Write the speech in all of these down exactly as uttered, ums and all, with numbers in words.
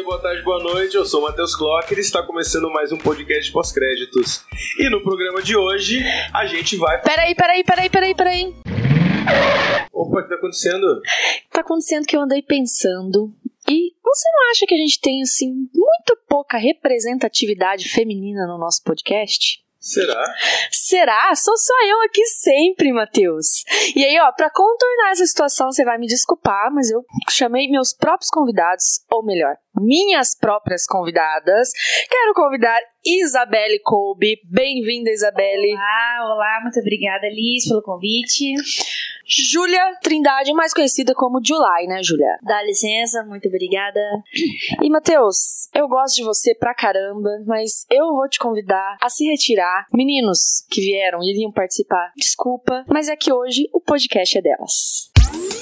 boa tarde, boa noite. Eu sou o Matheus Clocker e está começando mais um podcast pós-créditos. E no programa de hoje, a gente vai... Peraí, peraí, peraí, peraí, peraí. Opa, o que tá acontecendo? Tá acontecendo que eu andei pensando... E você não acha que a gente tem, assim, muito pouca representatividade feminina no nosso podcast? Será? Será? Sou só eu aqui sempre, Matheus. E aí, ó, pra contornar essa situação, você vai me desculpar, mas eu chamei meus próprios convidados, ou melhor, minhas próprias convidadas. Quero convidar Isabelle Kolbe. Bem-vinda, Isabelle. Olá, olá, muito obrigada, Liz, pelo convite. Júlia Trindade, mais conhecida como July, né, Júlia? Dá licença, muito obrigada. E, Matheus, eu gosto de você pra caramba, mas eu vou te convidar a se retirar. Meninos que vieram e iriam participar, desculpa, mas é que hoje o podcast é delas.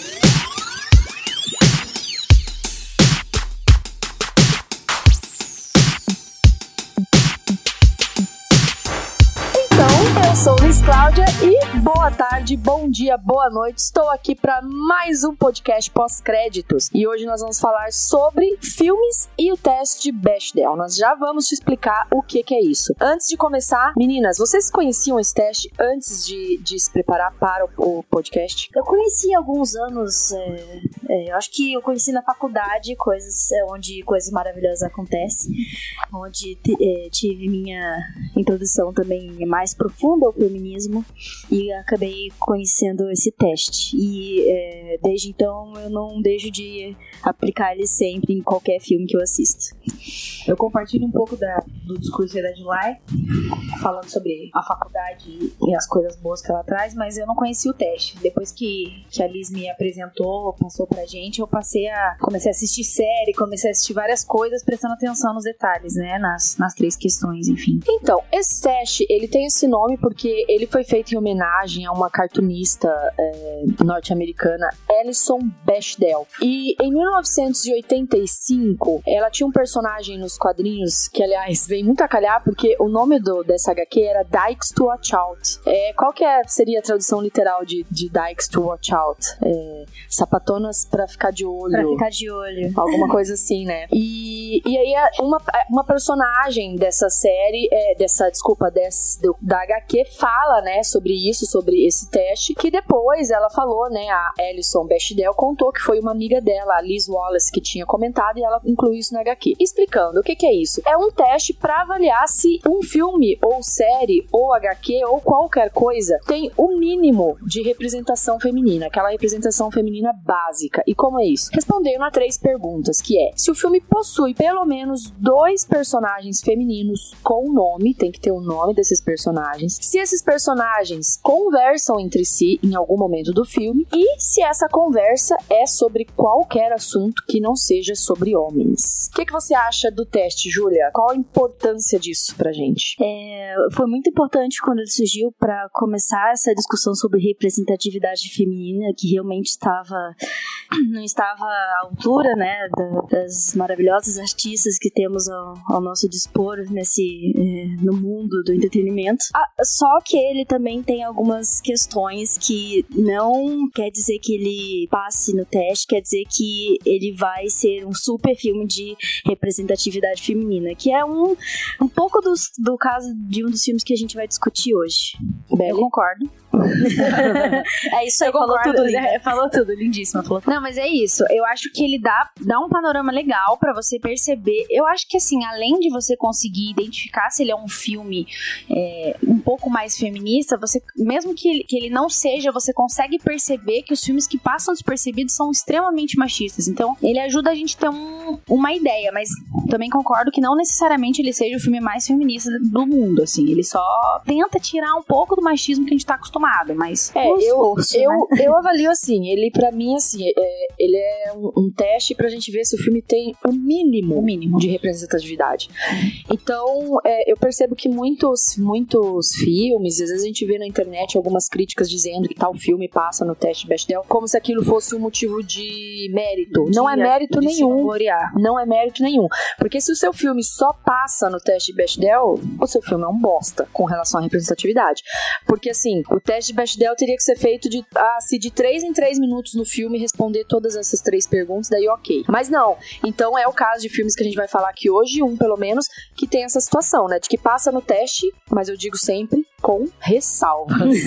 Eu sou Liz Cláudia e boa tarde, bom dia, boa noite. Estou aqui para mais um podcast pós-créditos e hoje nós vamos falar sobre filmes e o teste de Bechdel. Nós já vamos te explicar o que, que é isso. Antes de começar, meninas, vocês conheciam esse teste antes de, de se preparar para o, o podcast? Eu conheci há alguns anos, é, é, eu acho que eu conheci na faculdade coisas é, onde coisas maravilhosas acontecem, onde t- é, tive minha introdução também mais profunda ao feminismo e acabei conhecendo esse teste e é, desde então eu não deixo de aplicar ele sempre em qualquer filme que eu assisto. Eu compartilho um pouco da, do discurso da July, falando sobre a faculdade e as coisas boas que ela traz, mas eu não conheci o teste. Depois que, que a Liz me apresentou, passou pra gente, eu passei a... comecei a assistir série, comecei a assistir várias coisas, prestando atenção nos detalhes, né, nas, nas três questões, enfim. Então, esse teste, ele tem esse nome porque ele foi feito em homenagem a uma cartunista é, norte-americana, Alison Bechdel. E em mil novecentos e oitenta e cinco, ela tinha um personagem nos quadrinhos, que aliás vem muito a calhar, porque o nome do, dessa agá quê era Dykes to Watch Out. É, qual que é, seria a tradução literal de, de Dykes to Watch Out? É, sapatonas pra ficar de olho. Pra ficar de olho. Alguma coisa assim, né? E, e aí uma, uma personagem dessa série, é, dessa, desculpa, dessa, da agá quê fala, né, sobre isso, sobre esse teste, que depois ela falou, né, a Alison Bechdel contou que foi uma amiga dela, a Liz Wallace, que tinha comentado e ela incluiu isso na agá quê. Explicando, o que que é isso? É um teste pra avaliar se um filme, ou série, ou agá quê, ou qualquer coisa, tem o mínimo de representação feminina, aquela representação feminina básica. E como é isso? Respondendo a três perguntas, que é, se o filme possui pelo menos dois personagens femininos com nome, tem que ter o nome desses personagens, se esses personagens conversam entre si em algum momento do filme e se essa conversa é sobre qualquer assunto que não seja sobre homens. O que, que você acha do teste, Júlia? Qual a importância disso pra gente? É, foi muito importante quando ele surgiu para começar essa discussão sobre representatividade feminina, que realmente estava não estava à altura, né, das maravilhosas artistas que temos ao, ao nosso dispor nesse, é, no mundo do entretenimento. Ah, só que ele também tem algumas questões que não quer dizer que ele passe no teste, quer dizer que ele vai ser um super filme de representatividade feminina, que é um, um pouco dos, do caso de um dos filmes que a gente vai discutir hoje. Bem, eu concordo. É isso aí, falou tudo, é, falou tudo, lindíssima. Falou tudo. Não, mas é isso. Eu acho que ele dá, dá um panorama legal pra você perceber. Eu acho que, assim, além de você conseguir identificar se ele é um filme é, um pouco mais feminista, você, mesmo que ele, que ele não seja, você consegue perceber que os filmes que passam despercebidos são extremamente machistas. Então, ele ajuda a gente a ter um, uma ideia, mas também concordo que não necessariamente ele seja o filme mais feminista do mundo, assim. Ele só tenta tirar um pouco do machismo que a gente tá acostumado. Mas é, eu, esforço, eu, né? eu avalio assim, ele pra mim assim, é, ele é um, um teste pra gente ver se o filme tem o mínimo, o mínimo. de representatividade. Então, é, eu percebo que muitos, muitos filmes, às vezes a gente vê na internet algumas críticas dizendo que tal filme passa no teste Bechdel como se aquilo fosse um motivo de mérito. De, não é mérito nenhum. Não é mérito nenhum. Porque se o seu filme só passa no teste Bechdel, o seu filme é um bosta com relação à representatividade. Porque assim, o teste de Bechdel teria que ser feito de, ah, se de três em três minutos no filme responder todas essas três três perguntas, daí ok. Mas não, então é o caso de filmes que a gente vai falar aqui hoje, um pelo menos, que tem essa situação, né? De que passa no teste, mas eu digo sempre, com ressalvas.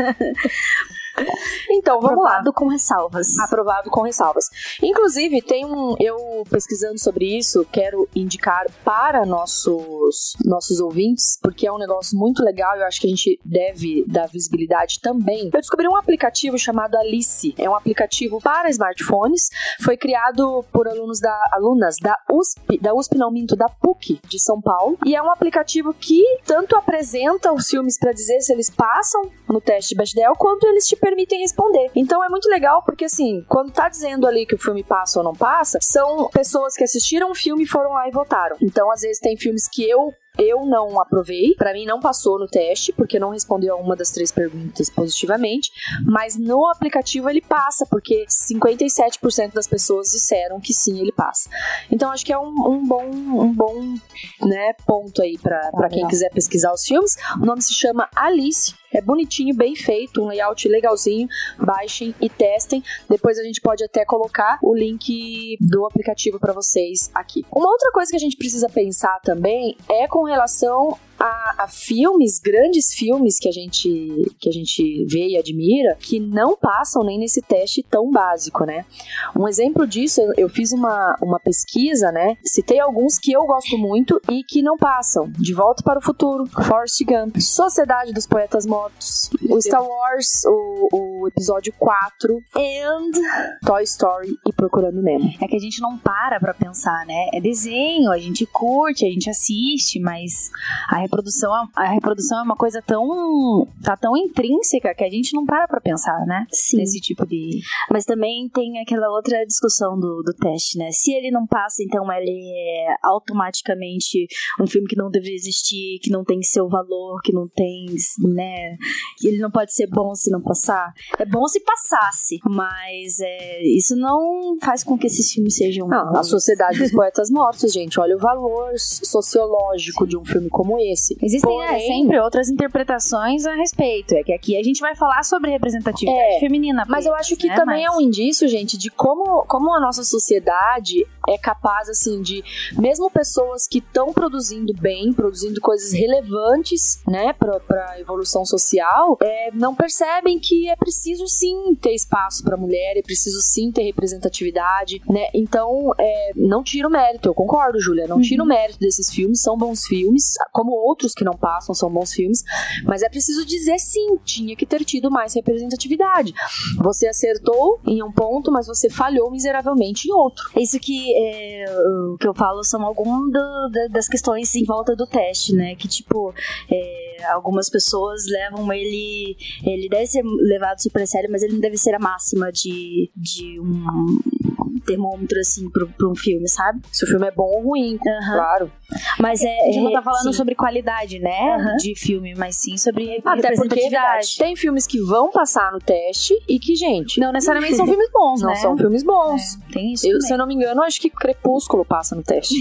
Então, vamos Aprovado lá. com ressalvas. Aprovado com ressalvas. Inclusive, tem um... Eu, pesquisando sobre isso, quero indicar para nossos, nossos ouvintes, porque é um negócio muito legal e eu acho que a gente deve dar visibilidade também. Eu descobri um aplicativo chamado Alice. É um aplicativo para smartphones. Foi criado por alunos da, alunas da U S P, da U S P não, minto, da P U C de São Paulo. E é um aplicativo que tanto apresenta os filmes para dizer se eles passam no teste de Bechdel, quanto eles te permitem responder. Então é muito legal porque, assim, quando tá dizendo ali que o filme passa ou não passa, são pessoas que assistiram o filme e foram lá e votaram. Então, às vezes, tem filmes que eu Eu não aprovei, pra mim não passou no teste, porque não respondeu a uma das três perguntas positivamente, mas no aplicativo ele passa, porque cinquenta e sete por cento das pessoas disseram que sim, ele passa. Então acho que é um, um bom, um bom né, ponto aí pra, pra quem quiser pesquisar os filmes. O nome se chama Alice, é bonitinho, bem feito, um layout legalzinho, baixem e testem. Depois a gente pode até colocar o link do aplicativo pra vocês aqui. Uma outra coisa que a gente precisa pensar também é com relação a, a filmes, grandes filmes que a, gente, que a gente vê e admira, que não passam nem nesse teste tão básico, né? Um exemplo disso, eu, eu fiz uma, uma pesquisa, né? Citei alguns que eu gosto muito e que não passam. De Volta para o Futuro, Forrest Gump, Sociedade dos Poetas Mortos, o Star Wars, o, o episódio quatro, and Toy Story e Procurando Nemo. É que a gente não para pra pensar, né? É desenho, a gente curte, a gente assiste, mas a reprodução, a reprodução é uma coisa tão, tá tão intrínseca que a gente não para pra pensar, né? Sim. Nesse tipo de... Mas também tem aquela outra discussão do, do teste, né? Se ele não passa, então ele é automaticamente um filme que não deveria existir, que não tem seu valor, que não tem, né? Ele não pode ser bom se não passar. É bom se passasse, mas é, isso não faz com que esses filmes sejam... Não, a Sociedade dos Poetas Mortos, gente, olha o valor sociológico de um filme como esse. Existem Porém, é, sempre outras interpretações a respeito. É que aqui a gente vai falar sobre representatividade é, feminina. Mas eu acho que né? também mas... é um indício, gente, de como, como a nossa sociedade é capaz, assim, de... Mesmo pessoas que estão produzindo bem, produzindo coisas relevantes, né, pra, pra evolução social, é, não percebem que é preciso, sim, ter espaço pra mulher, é preciso, sim, ter representatividade, né? Então, é, não tira o mérito, eu concordo, Júlia, não tira uhum. o mérito desses filmes, são bons filmes, como outros que não passam, são bons filmes, mas é preciso dizer sim, tinha que ter tido mais representatividade. Você acertou em um ponto, mas você falhou miseravelmente em outro. Isso que, é, o que eu falo são algumas das questões em volta do teste, né? Que, tipo, é, algumas pessoas levam ele... Ele deve ser levado super a sério, mas ele não deve ser a máxima de, de um termômetro, assim, pra um filme, sabe? Se o filme é bom ou ruim, uhum. claro. Mas é... A gente não tá é, falando sim. sobre qualidade, né? Uhum. De filme, mas sim sobre Até representatividade. porque tem filmes que vão passar no teste e que, gente... Não necessariamente são filmes bons, não né? Não são filmes bons. É, tem isso eu, Se eu não me engano, acho que Crepúsculo passa no teste.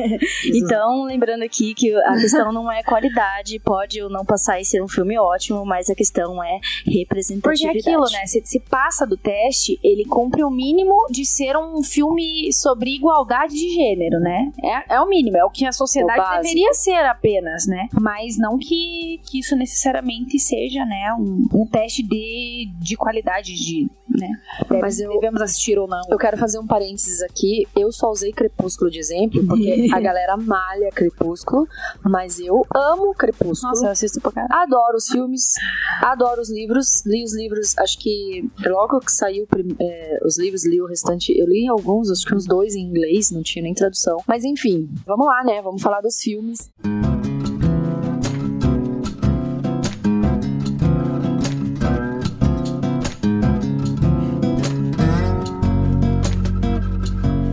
Então, lembrando aqui que a questão não é qualidade, pode ou não passar e ser um filme ótimo, mas a questão é representatividade. Porque é aquilo, né? Se, se passa do teste, ele cumpre o mínimo de ser um filme sobre igualdade de gênero, né? É, é o mínimo, é o que a sociedade é deveria ser apenas, né? Mas não que, que isso necessariamente seja, né, um, um teste de, de qualidade, de, né? Mas eu, devemos assistir ou não. Eu quero fazer um parênteses aqui. Eu só usei Crepúsculo de exemplo, porque a galera malha Crepúsculo, mas eu amo Crepúsculo. Nossa, eu assisto pra caralho. Adoro os filmes, adoro os livros, li os livros, acho que logo que saiu é, os livros, li o restante, eu li alguns, acho que uns dois em inglês, não tinha nem tradução. Mas enfim, vamos lá, né? Vamos falar dos filmes. Vamos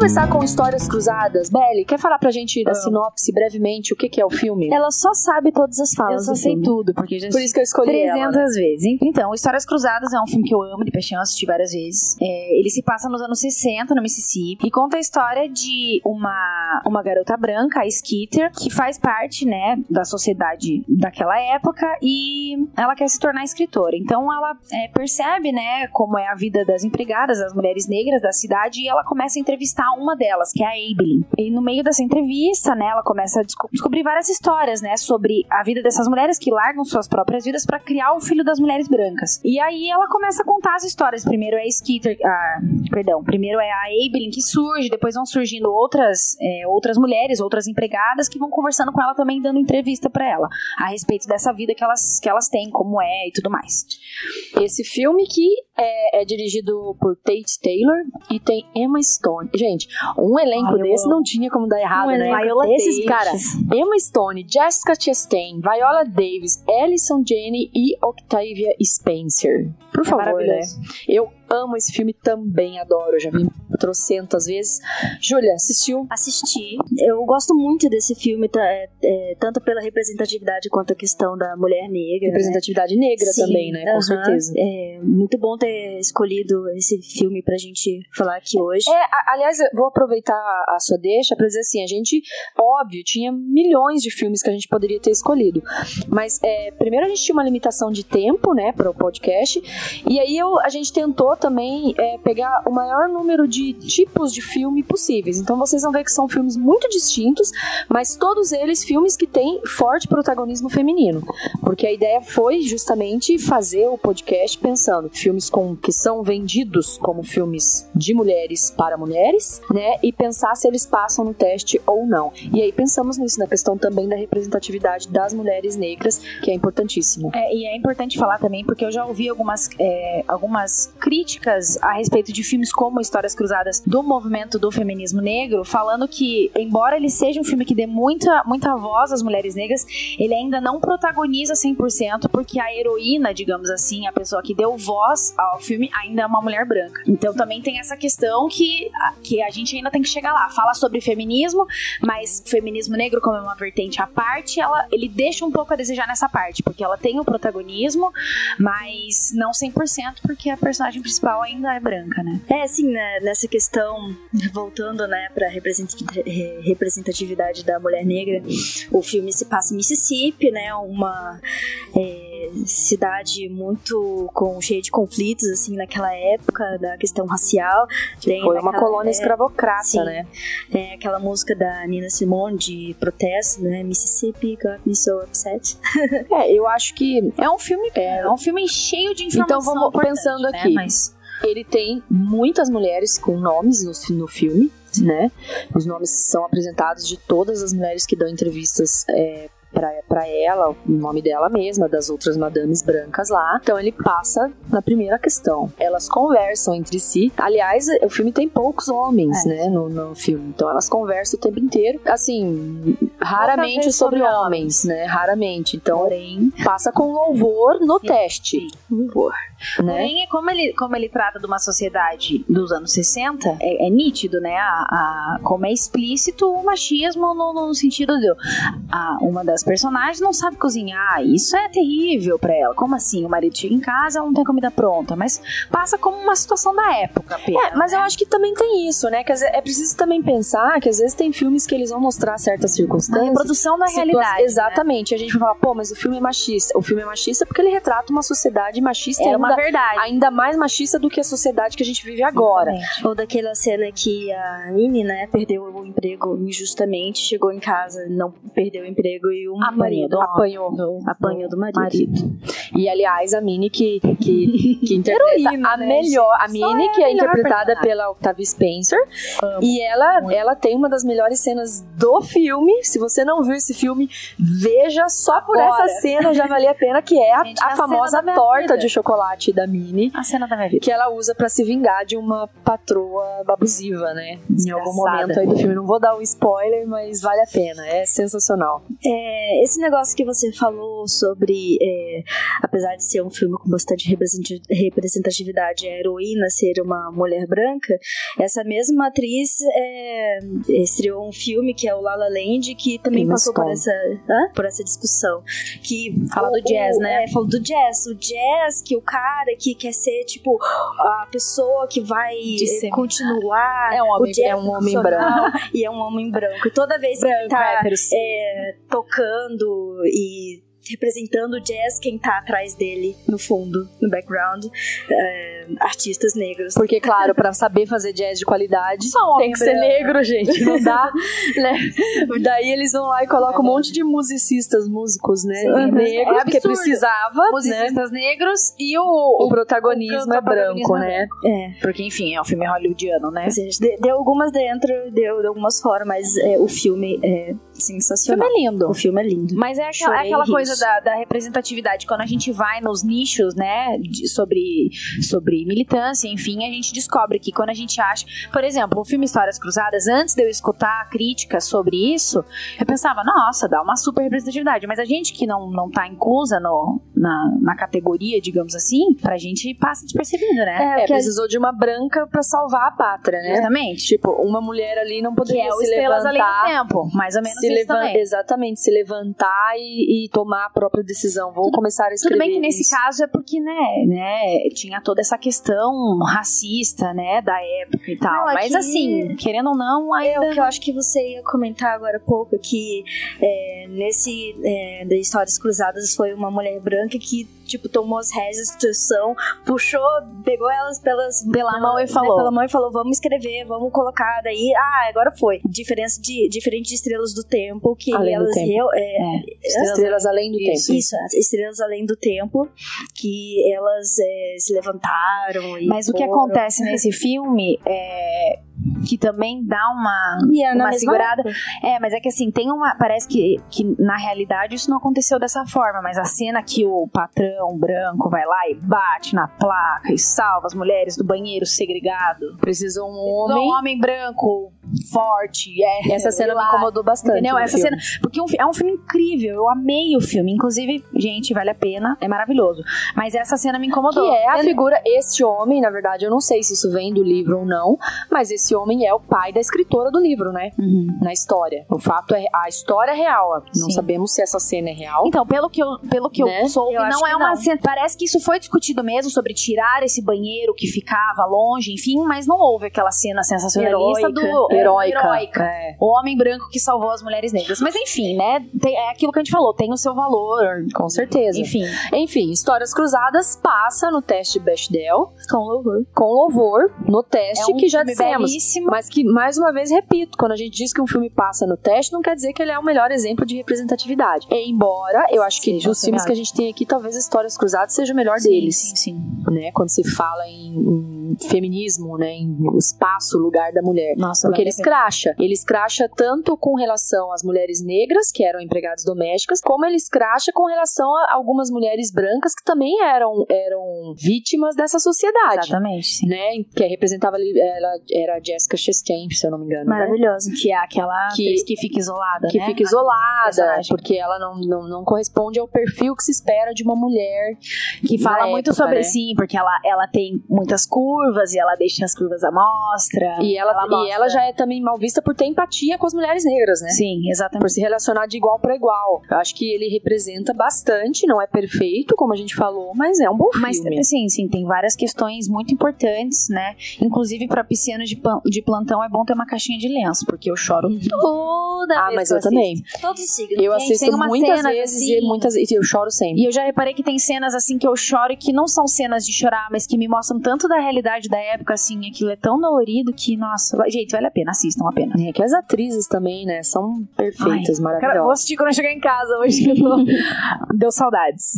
começar com Histórias Cruzadas. Belly, quer falar pra gente da sinopse, brevemente, o que, que é o filme? Ela só sabe todas as falas. Eu só sei filme. tudo, porque já Por isso que eu escolhi trezentas ela, né? vezes. Então, Histórias Cruzadas é um filme que eu amo de paixão, assisti várias vezes. É, ele se passa nos anos sessenta, no Mississippi, e conta a história de uma, uma garota branca, a Skeeter, que faz parte, né, da sociedade daquela época, e ela quer se tornar escritora. Então, ela é, percebe, né, como é a vida das empregadas, das mulheres negras da cidade, e ela começa a entrevistar uma delas, que é a Abilene. E no meio dessa entrevista, né, ela começa a desco- descobrir várias histórias, né, sobre a vida dessas mulheres que largam suas próprias vidas para criar o filho das mulheres brancas. E aí ela começa a contar as histórias. Primeiro é a Skeeter, ah, perdão, primeiro é a Abilene que surge, depois vão surgindo outras, é, outras mulheres, outras empregadas que vão conversando com ela também, dando entrevista para ela a respeito dessa vida que elas, que elas têm, como é e tudo mais. Esse filme que é, é dirigido por Tate Taylor e tem Emma Stone. Gente, um elenco Ai, eu desse amo. não tinha como dar errado, Um né? elenco Viola desses, Tate, cara, Emma Stone, Jessica Chastain, Viola Davis, Allison Janney e Octavia Spencer. Por É favor, né? maravilhoso. Eu amo esse filme também, adoro. Já vi trocentas vezes. Júlia, assistiu? Assisti. Eu gosto muito desse filme, tá, é, é, tanto pela representatividade quanto a questão da mulher negra. Representatividade negra Sim, também, né? Com aham. certeza. É muito bom ter escolhido esse filme pra gente falar aqui hoje. É, a- aliás, eu vou aproveitar a sua deixa pra dizer assim, a gente, óbvio, tinha milhões de filmes que a gente poderia ter escolhido, mas é, primeiro a gente tinha uma limitação de tempo, né, para o podcast, e aí eu, a gente tentou também é, pegar o maior número de tipos de filme possíveis, então vocês vão ver que são filmes muito distintos, mas todos eles filmes que têm forte protagonismo feminino, porque a ideia foi justamente fazer o podcast pensando filmes com, que são vendidos como filmes de mulheres para mulheres, né, e pensar se eles passam no teste ou não. E aí pensamos nisso, na questão também da representatividade das mulheres negras, que é importantíssimo. É, e é importante falar também, porque eu já ouvi algumas, é, algumas críticas a respeito de filmes como Histórias Cruzadas do movimento do feminismo negro, falando que, embora ele seja um filme que dê muita, muita voz às mulheres negras, ele ainda não protagoniza cem por cento, porque a heroína, digamos assim, a pessoa que deu voz ao filme, ainda é uma mulher branca. Então também tem essa questão que, que a gente ainda tem que chegar lá. Fala sobre feminismo, mas o feminismo negro, como é uma vertente à parte, ela, ele deixa um pouco a desejar nessa parte, porque ela tem o protagonismo, mas não cem por cento, porque a personagem principal ainda é branca, né? É, assim, né, nessa questão, voltando, né, pra represent- re- representatividade da mulher negra, o filme se passa em Mississippi, né, uma é, cidade muito com, cheia de conflitos, assim, naquela época, da questão racial. Tem Foi uma naquela- colônia é, escravocrata, sim. né? É aquela música da Nina Simone de protesto, né, Mississippi got me so upset. É, eu acho que É um filme, é, é um filme cheio de informação. então vamos importante, pensando né? aqui. Mas Ele tem muitas mulheres com nomes no, no filme, né? Os nomes são apresentados de todas as mulheres que dão entrevistas é, pra, pra ela, o nome dela mesma, das outras madames brancas lá. Então ele passa na primeira questão. Elas conversam entre si. Aliás, o filme tem poucos homens, É. né, no, no filme. Então elas conversam o tempo inteiro. Assim, raramente vez sobre, sobre homens, né? Raramente. Então porém, passa com louvor no teste. Louvor, né? porém, como ele, como ele trata de uma sociedade dos anos sessenta, é, é nítido, né? A, a- como é explícito o machismo no, no sentido de a, uma das personagens não sabe cozinhar. Isso é terrível pra ela. Como assim? O marido chega em casa, ela não tem comida pronta. Mas passa como uma situação da época, apenas, É, mas né? eu acho que também tem isso, né? Que às vezes- é preciso também pensar que às vezes tem filmes que eles vão mostrar certas A circunstâncias. reprodução da situa- realidade. né? Exatamente. A gente vai falar, pô, mas o filme é machista. O filme é machista porque ele retrata uma sociedade machista Era ainda, uma verdade. ainda mais machista do que a sociedade que a gente vive agora. Exatamente. Ou daquela cena que a Minnie, né, perdeu o emprego injustamente, chegou em casa, não perdeu o emprego e o Apanhou marido do Apanhou. apanhou do marido. marido. E aliás, a Minnie que, que, que interpreta Heroína, a né, melhor, a Só Minnie é que a é melhor interpretada personagem. pela Octavia Spencer. Amo. E ela, Muito. ela tem uma das melhores cenas do filme. Se você não viu esse filme, veja só por Agora. essa cena já valia a pena, que é a, Gente, a a famosa cena da minha torta vida. de chocolate da Minnie, A cena da minha vida. que ela usa pra se vingar de uma patroa abusiva, né? Em algum Desgraçada. momento aí do filme. Não vou dar o spoiler, mas vale a pena. É sensacional. É, é, esse negócio que você falou sobre, é, apesar de ser um filme com bastante representatividade, a heroína ser uma mulher branca, essa mesma atriz é, estreou um filme que é o La La Land, que também Emma passou por Stone. essa, hã? por essa discussão. Que Fala o- do jazz, o- né? É, fala do jazz. O jazz, que o cara que quer ser, tipo, a pessoa que vai ser- continuar. É um homem- o jazz é um homem profissional, E é um homem branco. E toda vez que ele tá hétero, sim. é, tocando e representando o jazz, quem tá atrás dele, no fundo, no background, é, artistas negros. Porque, claro, pra saber fazer jazz de qualidade, Só um homem tem que ser branco. negro, gente. Não dá, né? Daí eles vão lá e colocam um monte de musicistas, músicos, né? Uhum. Negros, É porque absurdo. precisava, né? Musicistas negros e o, O o protagonismo o é protagonismo branco, é né? É. porque, enfim, é um filme hollywoodiano, né? Ou seja, de- deu algumas dentro, deu, deu algumas fora, mas é, o filme é O filme sensacional. é lindo. O filme é lindo. Mas é aquela, é Chorei aquela e ri. coisa da, da representatividade. Quando a gente vai nos nichos, né, de- sobre, sobre militância, enfim, a gente descobre que quando a gente acha... Por exemplo, o filme Histórias Cruzadas, antes de eu escutar a crítica sobre isso, eu pensava, nossa, dá uma super representatividade. Mas a gente que não, não tá inclusa no, na, na categoria, digamos assim, pra gente passa despercebido, né? É, que a- precisou de uma branca pra salvar a pátria, né? Justamente. Tipo, uma mulher ali não Que poderia é o se Estrelas Além do levantar... Tempo. Mais ou menos Se isso levan- também. Exatamente, se levantar e, e tomar a própria decisão. Vou começar a escrever Tudo bem que nesse isso. caso é porque, né, né, tinha toda essa questão racista, né, da época e tal. Não, Mas aqui- assim, querendo ou não, É ainda... o que eu acho que você ia comentar agora há pouco, que é, nesse é, da Histórias Cruzadas foi uma mulher branca que, tipo, tomou as rédeas da situação, puxou, pegou elas pelas, Pela mão e né, falou. pela mão e falou, vamos escrever, vamos colocar, daí, ah, agora foi. Diferença de, diferente de Estrelas do Tempo, que Além do elas... Tempo. reu- é, É, Estrelas Além do Isso. Tempo. Isso, as Estrelas Além do Tempo, que elas é, se levantaram e Mas o que foram. acontece nesse filme é que também dá uma, E é na uma mesma segurada. época. É, mas é que assim, tem uma. Parece que, que na realidade isso não aconteceu dessa forma, mas a cena que o patrão branco vai lá e bate na placa e salva as mulheres do banheiro segregado. Precisou um Um homem. homem branco, forte, é. Essa cena me lá. incomodou bastante. Entendeu? no Essa filme. cena. Porque um fi- é um filme incrível. Eu amei o filme. Inclusive, gente, vale a pena. É maravilhoso. Mas essa cena me incomodou. Que é a Eu- figura, este homem, na verdade, eu não sei se isso vem do livro ou não, mas esse homem é o pai da escritora do livro, né? Uhum. Na história. O fato é, a história é real. Não Sim. sabemos se essa cena é real. Então, pelo que eu, pelo que Né? eu soube, Eu acho não é que uma não. cena. Parece que isso foi discutido mesmo sobre tirar esse banheiro que ficava longe, enfim, mas não houve aquela cena sensacionalista Heróica. do é, Heróica. heróica. É. O homem branco que salvou as mulheres negras. Mas enfim, né? Tem- é aquilo que a gente falou, tem o seu valor. Com certeza. Enfim. Enfim, Histórias Cruzadas passa no teste de Bechdel Com louvor. com louvor no teste É um que já filme dissemos. belíssimo. Mas que, mais uma vez, repito, quando a gente diz que um filme passa no teste, não quer dizer que ele é o melhor exemplo de representatividade. Embora, eu acho que Sim, dos você filmes acha. que a gente tem aqui, talvez Histórias Cruzadas seja o melhor Sim, deles. sim, sim. Né? Quando se fala em, em feminismo, né? Em o espaço, o lugar da mulher. Nossa, Porque vale ele a pena. escracha. Ele escracha tanto com relação às mulheres negras, que eram empregadas domésticas, como ele escracha com relação a algumas mulheres brancas que também eram, eram vítimas dessa sociedade. Exatamente, sim. Né? Que representava ali, ela era a Jessica Chastain, se eu não me engano. Né? Maravilhosa. Que é aquela Que- atriz que fica isolada, Que né? fica isolada, personagem. porque ela não, não, não corresponde ao perfil que se espera de uma mulher. Que fala na muito época, sobre né? sim, porque ela, ela tem muitas curvas e ela deixa as curvas à mostra. E ela, e mostra- ela já é também mal vista por ter empatia com as mulheres negras, né? Sim, exatamente. Por se relacionar de igual para igual. Eu acho que ele representa bastante, não é perfeito, como a gente falou, mas é um bom Mas filme. sim, sim, tem várias questões muito importantes, né? Inclusive, para piscianos de, pan- de plantão é bom ter uma caixinha de lenço, porque eu choro toda Ah, vez mas que eu assisto. também. Todos os signos. Eu Gente, assisto tem umas muitas cenas vezes assim- e muitas e eu choro sempre. E eu já reparei que tem cenas assim que eu choro e que não são cenas de chorar, mas que me mostram tanto da realidade da época, assim, aquilo é tão dolorido que, nossa, vai- gente, vale a pena, assistam a pena. É que as atrizes também, né, são perfeitas, Cara, vou maravilhosas. assistir quando eu chegar em casa hoje, que eu tô... Deu saudades.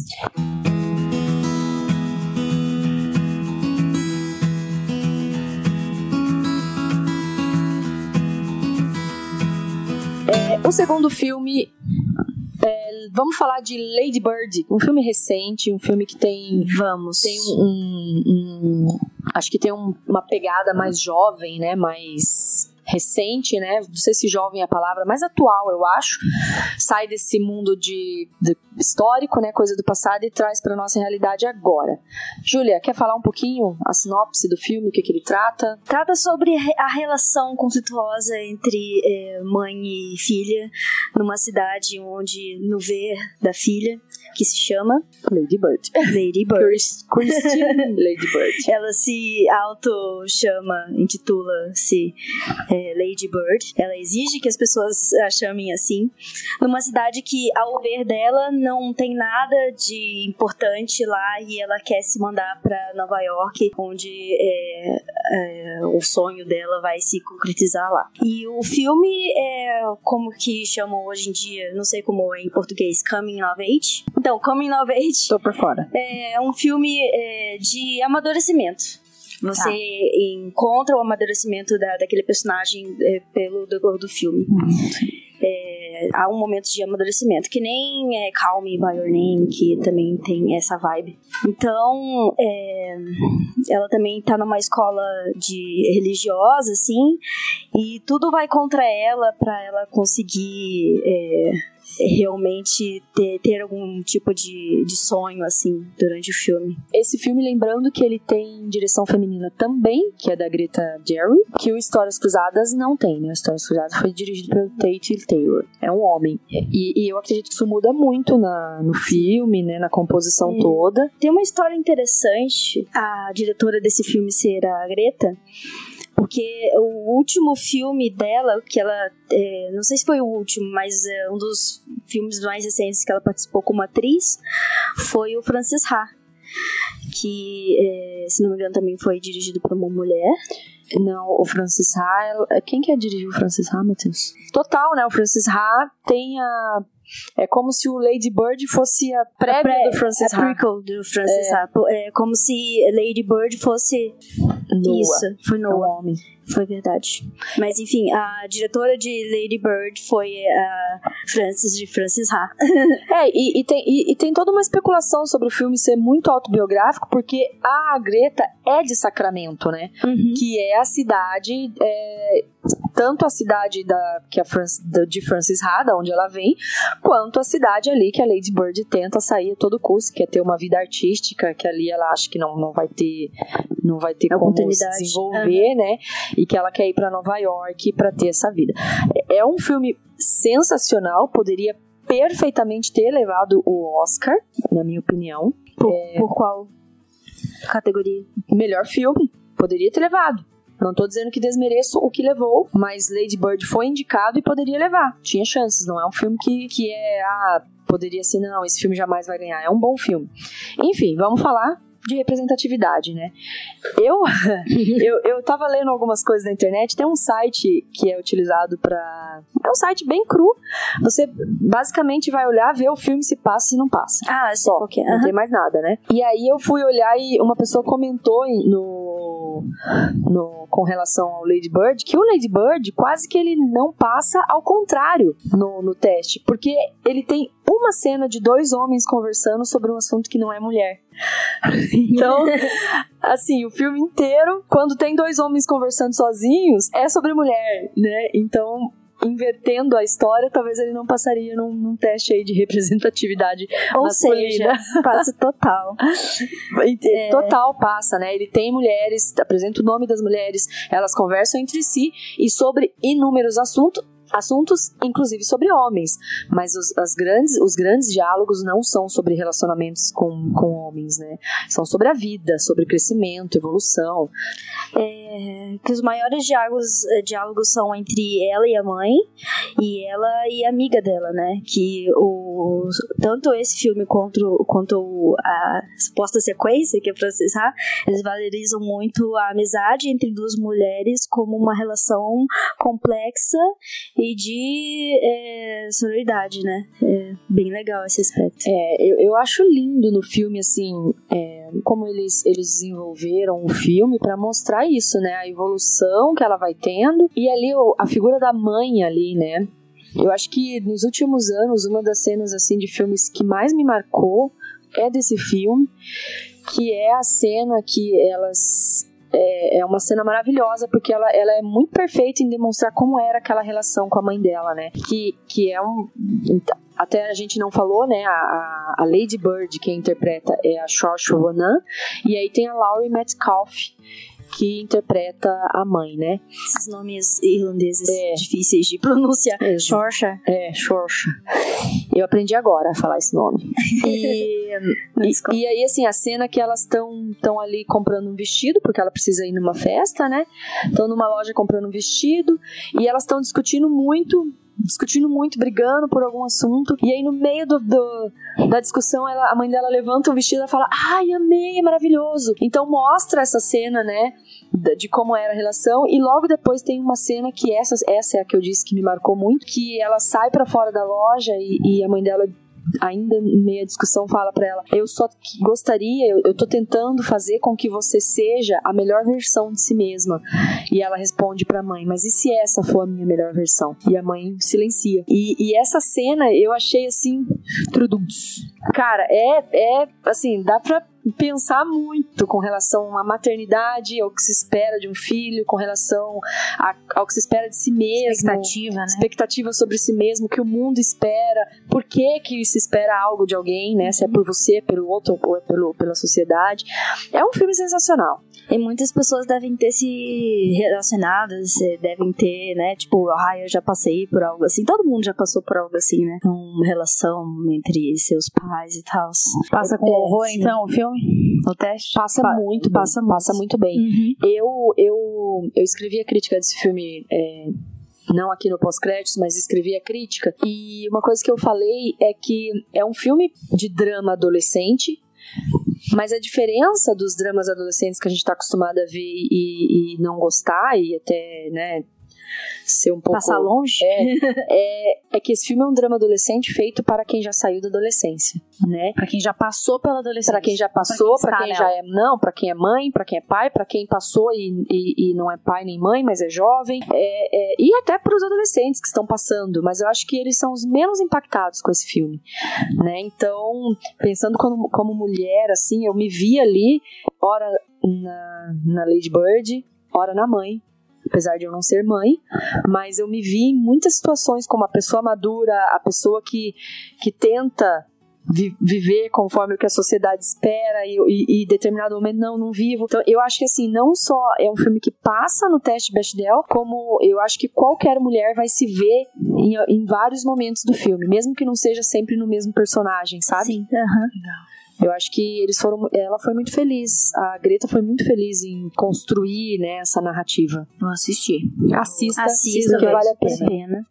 O segundo filme, é, vamos falar de Lady Bird, um filme recente, um filme que tem Vamos. tem um, um- acho que tem um, uma pegada mais jovem, né, mais recente, né, não sei se jovem é a palavra, mais atual, eu acho, sai desse mundo de, de histórico, né, coisa do passado, e traz pra nossa realidade agora. Júlia, quer falar um pouquinho a sinopse do filme, o que, que ele trata? Trata sobre a relação conflituosa entre é, mãe e filha, numa cidade onde, no ver da filha, que se chama Lady Bird. Lady Bird. Christine Lady Bird. Ela se auto-chama, intitula-se é, Lady Bird. Ela exige que as pessoas a chamem assim. Numa cidade que, ao ver dela, não tem nada de importante lá, e ela quer se mandar pra Nova York, onde é, é, o sonho dela vai se concretizar lá. E o filme é, como que chamam hoje em dia, não sei como é em português, Coming of Age. Então, Coming of Age Tô por fora. é um filme é, de amadurecimento. Você tá. encontra o amadurecimento da, daquele personagem é, pelo decorrer do filme. Uhum. É, há um momento de amadurecimento, que nem é, Call Me By Your Name, que também tem essa vibe. Então, é, ela também tá numa escola de religiosa, assim, e tudo vai contra ela pra ela conseguir... É, realmente ter, ter algum tipo de, de sonho, assim, durante o filme. Esse filme, lembrando que ele tem direção feminina também, que é da Greta Gerwig, que o Histórias Cruzadas não tem, né? O Histórias Cruzadas foi dirigido pelo Tate Taylor. É um homem. E, e eu acredito que isso muda muito na, no filme, né? Na composição é. toda. Tem uma história interessante, a diretora desse filme ser a Greta, porque o último filme dela, que ela, é, não sei se foi o último, mas é um dos filmes mais recentes que ela participou como atriz, foi o Frances Ha, que, é, se não me engano, também foi dirigido por uma mulher. Não, o Frances Ha, quem que é dirigiu o Frances Ha, Matheus? Total, né? O Frances Ha tem a... É como se o Lady Bird fosse a prévia a pré, do Frances Ha. A prequel do Frances é. Ha. É como se Lady Bird fosse... Noah. Isso, foi Noah. É um homem. Foi verdade. Mas enfim, a diretora de Lady Bird foi a Frances de Frances Ha. É, e, e, tem, e, e tem toda uma especulação sobre o filme ser muito autobiográfico, porque a Greta é de Sacramento, né? Uhum. Que é a cidade... É, tanto a cidade da, que a Frances, de Frances Ha, da onde ela vem, quanto a cidade ali que a Lady Bird tenta sair a todo custo, que é ter uma vida artística, que ali ela acha que não, não vai ter, não vai ter como se desenvolver, uhum. né? E que ela quer ir pra Nova York pra ter essa vida. É um filme sensacional, poderia perfeitamente ter levado o Oscar, na minha opinião. Por, é, por qual categoria? Melhor filme, poderia ter levado. Não tô dizendo que desmereço o que levou, mas Lady Bird foi indicado e poderia levar. Tinha chances, não é um filme que, que é... Ah, poderia ser, não, esse filme jamais vai ganhar. É um bom filme. Enfim, vamos falar de representatividade, né? Eu, eu, eu tava lendo algumas coisas na internet, tem um site que é utilizado pra... É um site bem cru. Você basicamente vai olhar, ver o filme se passa, se não passa. Ah, só. Okay. Não uhum. tem mais nada, né? E aí eu fui olhar e uma pessoa comentou no, no, com relação ao Lady Bird, que o Lady Bird quase que ele não passa ao contrário no, no teste, porque ele tem uma cena de dois homens conversando sobre um assunto que não é mulher. Então, assim, o filme inteiro, quando tem dois homens conversando sozinhos, é sobre mulher, né? Então, invertendo a história, talvez ele não passaria num, num teste aí de representatividade Ou masculina. seja, passa total. é. Total passa, né? Ele tem mulheres, apresenta o nome das mulheres, elas conversam entre si e sobre inúmeros assuntos, assuntos, inclusive sobre homens, mas os, as grandes, os grandes diálogos não são sobre relacionamentos com, com homens, né? São sobre a vida, sobre crescimento, evolução. É, que os maiores diálogos, diálogos são entre ela e a mãe, e ela e a amiga dela, né? Que o, tanto esse filme quanto, quanto a suposta sequência, que é Frances Ha, eles valorizam muito a amizade entre duas mulheres como uma relação complexa e de é, sororidade, né? É bem legal esse aspecto. É, eu, eu acho lindo no filme, assim, é, como eles, eles desenvolveram o filme pra mostrar isso, né? A evolução que ela vai tendo e ali a figura da mãe ali, né? Eu acho que nos últimos anos, uma das cenas, assim, de filmes que mais me marcou é desse filme, que é a cena que elas... é, é uma cena maravilhosa, porque ela, ela é muito perfeita em demonstrar como era aquela relação com a mãe dela, né? Que, que é um... Até a gente não falou, né? A, a Lady Bird, quem interpreta é a Saoirse Ronan, e aí tem a Laurie Metcalf, que interpreta a mãe, né? Esses nomes irlandeses é. difíceis de pronunciar. É, Saoirse. É, Saoirse. Eu aprendi agora a falar esse nome. E, e, e aí, assim, a cena que elas estão estão ali comprando um vestido, porque ela precisa ir numa festa, né? Estão numa loja comprando um vestido, e elas estão discutindo muito... discutindo muito, brigando por algum assunto, e aí no meio do, do, da discussão ela, a mãe dela levanta o vestido e fala, ai, amei, é maravilhoso. Então mostra essa cena, né, de como era a relação, e logo depois tem uma cena que essa, essa é a que eu disse que me marcou muito, que ela sai pra fora da loja e, e a mãe dela, ainda em meio à discussão, fala pra ela, eu só gostaria, eu, eu tô tentando fazer com que você seja a melhor versão de si mesma. E ela responde pra mãe, mas e se essa for a minha melhor versão? E a mãe silencia. E, e essa cena eu achei assim, truduns. Cara, é, é assim, dá pra pensar muito com relação à maternidade, ao que se espera de um filho, com relação a, ao que se espera de si mesmo, expectativa, né? expectativa sobre si mesmo, que o mundo espera, por que que se espera algo de alguém, né? Se é por você, pelo outro ou é pelo, pela sociedade. É um filme sensacional. E muitas pessoas devem ter se relacionado, devem ter, né, tipo, ah, eu já passei por algo assim. Todo mundo já passou por algo assim, né? Uma relação entre seus pais e tal. Passa com é, horror, sim. então, o filme? O teste? Passa Pa- muito, passa bem, passa muito bem. Uhum. Eu, eu, eu escrevi a crítica desse filme... É, não aqui no pós-créditos, mas escrevi a crítica. E uma coisa que eu falei é que é um filme de drama adolescente, mas a diferença dos dramas adolescentes que a gente está acostumado a ver e, e não gostar, e até, né, ser um pouco... Passar longe? É, é, é que esse filme é um drama adolescente feito para quem já saiu da adolescência, né? Pra quem já passou pela adolescência. Para quem já passou, para quem, quem já nela. é... Não, para quem é mãe, para quem é pai, para quem passou e, e, e não é pai nem mãe, mas é jovem. É, é, e até para os adolescentes que estão passando. Mas eu acho que eles são os menos impactados com esse filme, né? Então, pensando como, como mulher, assim, eu me vi ali, ora na, na Lady Bird, ora na mãe. Apesar de eu não ser mãe, mas eu me vi em muitas situações como a pessoa madura, a pessoa que, que tenta vi, viver conforme o que a sociedade espera e, e, e determinado momento, não, não vivo. Então eu acho que assim, não só é um filme que passa no teste Bechdel, como eu acho que qualquer mulher vai se ver em, em vários momentos do filme, mesmo que não seja sempre no mesmo personagem, sabe? Sim, aham. Eu acho que eles foram, ela foi muito feliz, a Greta foi muito feliz em construir, né, essa narrativa. Vou assistir. Assista, Assista, assista que vale a pena. pena.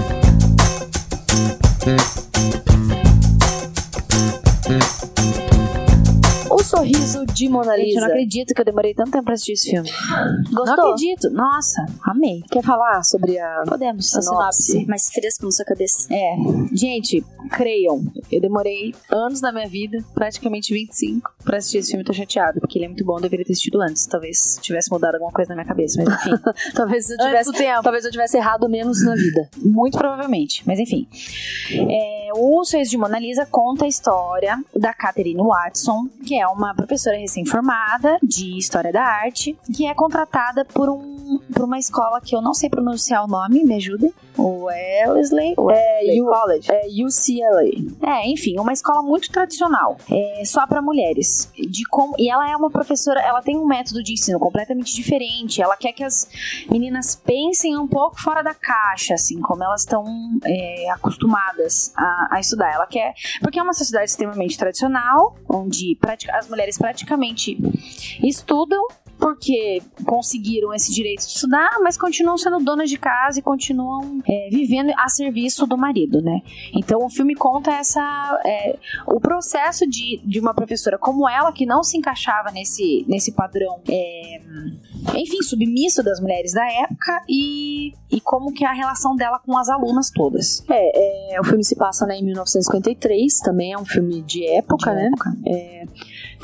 O Sorriso de Mona Gente, eu Lisa. não acredito que eu demorei tanto tempo pra assistir esse filme. Gostou? Não acredito. Nossa, amei. Quer falar sobre a... Podemos. A A sinopse. Mais fresco na sua cabeça. É, gente, creiam, eu demorei anos da minha vida, praticamente vinte e cinco, pra assistir esse filme. Tô chateada, porque ele é muito bom, eu deveria ter assistido antes. Talvez tivesse mudado alguma coisa na minha cabeça, mas enfim. talvez, eu Antes tivesse, do tempo. talvez eu tivesse errado menos na vida. Muito provavelmente, mas enfim. É, o Sorriso de Mona Lisa conta a história da Catherine Watson, que é uma professora recém-formada de História da Arte, que é contratada por, um, por uma escola que eu não sei pronunciar o nome, me ajudem. O Wellesley? Wellesley U- College. É U C L A. É, enfim, uma escola muito tradicional, é, só para mulheres. De como, e ela é uma professora, ela tem um método de ensino completamente diferente. Ela quer que as meninas pensem um pouco fora da caixa, assim, como elas estão é, acostumadas a, a estudar. Ela quer, porque é uma sociedade extremamente tradicional, onde pratica, as mulheres praticamente estudam porque conseguiram esse direito de estudar, mas continuam sendo donas de casa e continuam é, vivendo a serviço do marido, né? Então o filme conta essa, é, o processo de, de uma professora como ela, que não se encaixava nesse, nesse padrão, é, enfim, submisso das mulheres da época, e, e como que é a relação dela com as alunas todas. É, é, o filme se passa, né, em mil novecentos e cinquenta e três, também é um filme de época, De né? época. É,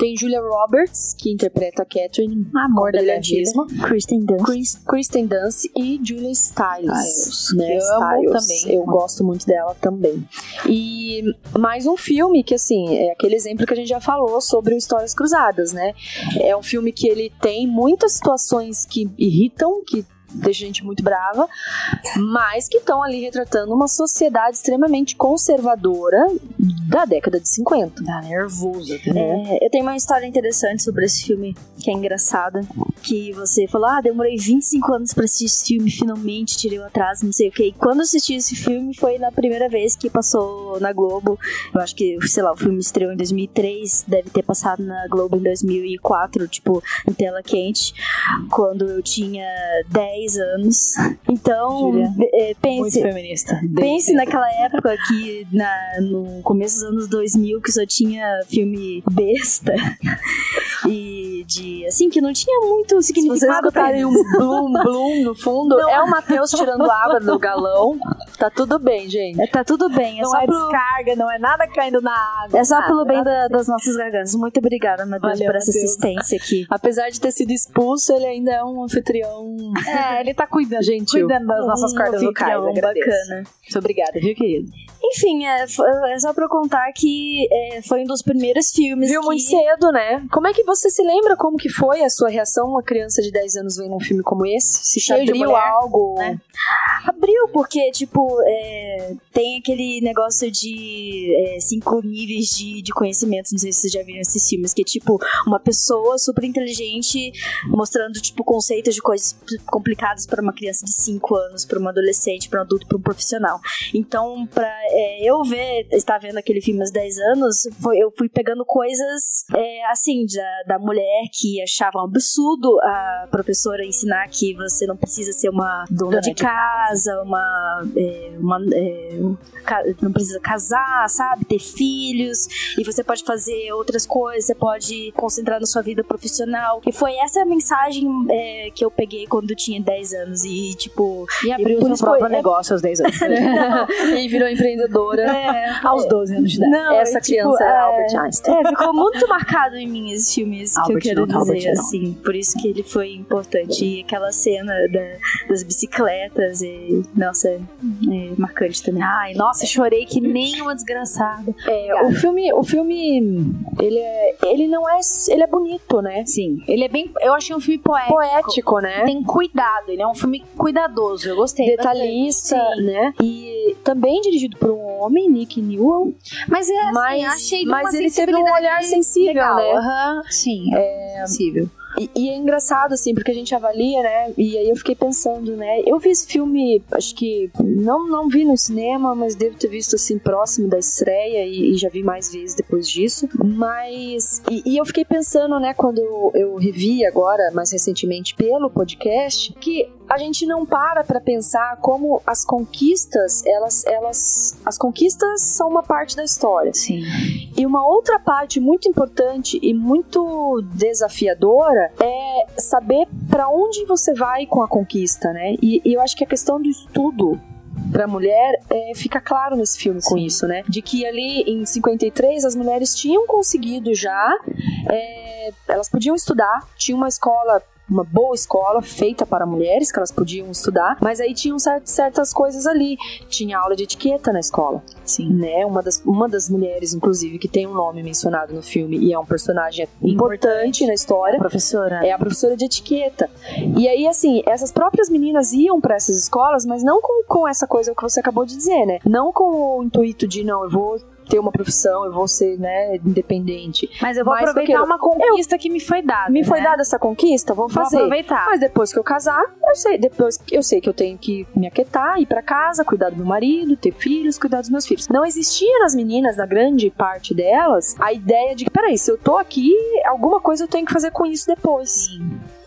Tem Julia Roberts, que interpreta a Catherine, amor da minha vida. Kristen Dunst. Chris, Kristen Dunst e Julia Stiles. Stiles, Né? que eu amo Stiles. também. Eu gosto muito dela também. E mais um filme que, assim, é aquele exemplo que a gente já falou sobre o Histórias Cruzadas, né? É um filme que ele tem muitas situações que irritam, que deixa a gente muito brava, mas que estão ali retratando uma sociedade extremamente conservadora da década de cinquenta. Dá nervoso, É, eu tenho uma história interessante sobre esse filme, que é engraçada, que você falou, ah, demorei vinte e cinco anos pra assistir esse filme, finalmente tirei o atraso, não sei o que. E quando eu assisti esse filme foi na primeira vez que passou na Globo. Eu acho que, sei lá, o filme estreou em dois mil e três, deve ter passado na Globo em dois mil e quatro, tipo, em tela quente, quando eu tinha dez anos. Então, é, pense, muito feminista. pense naquela época que na, no começo dos anos dois mil que só tinha filme besta e de, assim, que não tinha muito significado. Vocês botarem um bloom, bloom no fundo, não. É o Matheus tirando água do galão. Tá tudo bem, gente. É, tá tudo bem. É não só é pro... descarga, não é nada caindo na água. É só nada, pelo bem nada. da, das nossas gargantas. Muito obrigada, Matheus, Valeu, por essa Matheus. assistência aqui. Apesar de ter sido expulso, ele ainda é um anfitrião. É, ele tá cuidando, Gentil. cuidando das nossas Um cordas vocais. anfitrião Agradeço. bacana. Muito obrigada, viu, querido? Enfim, é, f- é só pra eu contar que é, foi um dos primeiros filmes Viu que... muito cedo, né? Como é que você se lembra como que foi a sua reação, uma criança de dez anos vendo um filme como esse? Se Cheio de abriu mulher, algo, né? Abriu, porque, tipo, é, tem aquele negócio de é, cinco níveis de, de conhecimentos, não sei se vocês já viram esses filmes, que é, tipo, uma pessoa super inteligente mostrando, tipo, conceitos de coisas complicadas para uma criança de cinco anos, para um adolescente, para um adulto, para um profissional. Então, pra é, eu ver, estar vendo aquele filme aos dez anos, foi, eu fui pegando coisas, é, assim, da, da mulher que achava um absurdo a professora ensinar que você não precisa ser uma dona de casa, uma, é, uma é, ca- não precisa casar, sabe, ter filhos, e você pode fazer outras coisas, você pode concentrar na sua vida profissional. E foi essa a mensagem é, que eu peguei quando eu tinha dez anos e, tipo... E abriu o seu próprio negócio aos dez anos. e virou empreendedora. É, aos doze anos de idade. não, Essa e, tipo, criança era é, Albert Einstein. É, ficou muito marcado em mim esses filmes Albert que eu quero não, dizer, Albert não. assim. Por isso que ele foi importante. E aquela cena da- das bicicletas, e, nossa, é, é marcante também. Ai, nossa, chorei que nem uma desgraçada. É, o filme, o filme, ele é, ele não é, ele é bonito, né? Sim, ele é bem... Eu achei um filme poético. Poético, né? Tem cuidado, ele é um filme cuidadoso, eu gostei. Detalhista, bastante. né? E também dirigido por um homem, Nick Newell, Mas é assim, mas, achei de mas uma ele teve um sensibilidade olhar sensível, legal. né? Aham, sim, é sensível. E, e é engraçado, assim, porque a gente avalia, né? E aí eu fiquei pensando, né? Eu vi esse filme, acho que não, não vi no cinema, mas devo ter visto, assim, próximo da estreia e, e já vi mais vezes depois disso. Mas... E, e eu fiquei pensando, né? Quando eu, eu revi agora, mais recentemente, pelo podcast, que a gente não para pra pensar como as conquistas, elas, elas... As conquistas são uma parte da história. Sim. E uma outra parte muito importante e muito desafiadora é saber pra onde você vai com a conquista, né? E, e eu acho que a questão do estudo pra mulher é, fica claro nesse filme com Sim. isso, né? De que ali em cinquenta e três as mulheres tinham conseguido já, é, elas podiam estudar, tinha uma escola, uma boa escola feita para mulheres que elas podiam estudar, mas aí tinham cert- certas coisas ali. Tinha aula de etiqueta na escola. Sim. Né? Uma das, uma das mulheres, inclusive, que tem um nome mencionado no filme e é um personagem importante na história, Professora. é a professora de etiqueta. E aí, assim, essas próprias meninas iam para essas escolas, mas não com, com essa coisa que você acabou de dizer, né? Não com o intuito de, não, eu vou ter uma profissão, eu vou ser, né, independente. Mas eu vou Mas aproveitar eu quero- uma conquista que me foi dada. Me foi né? dada essa conquista, vou Vou fazer. aproveitar. Mas depois que eu casar, eu sei, depois eu sei que eu tenho que me aquietar, ir pra casa, cuidar do meu marido, ter filhos, cuidar dos meus filhos. Não existia nas meninas, na grande parte delas, a ideia de que, peraí, se eu tô aqui, alguma coisa eu tenho que fazer com isso depois. Sim.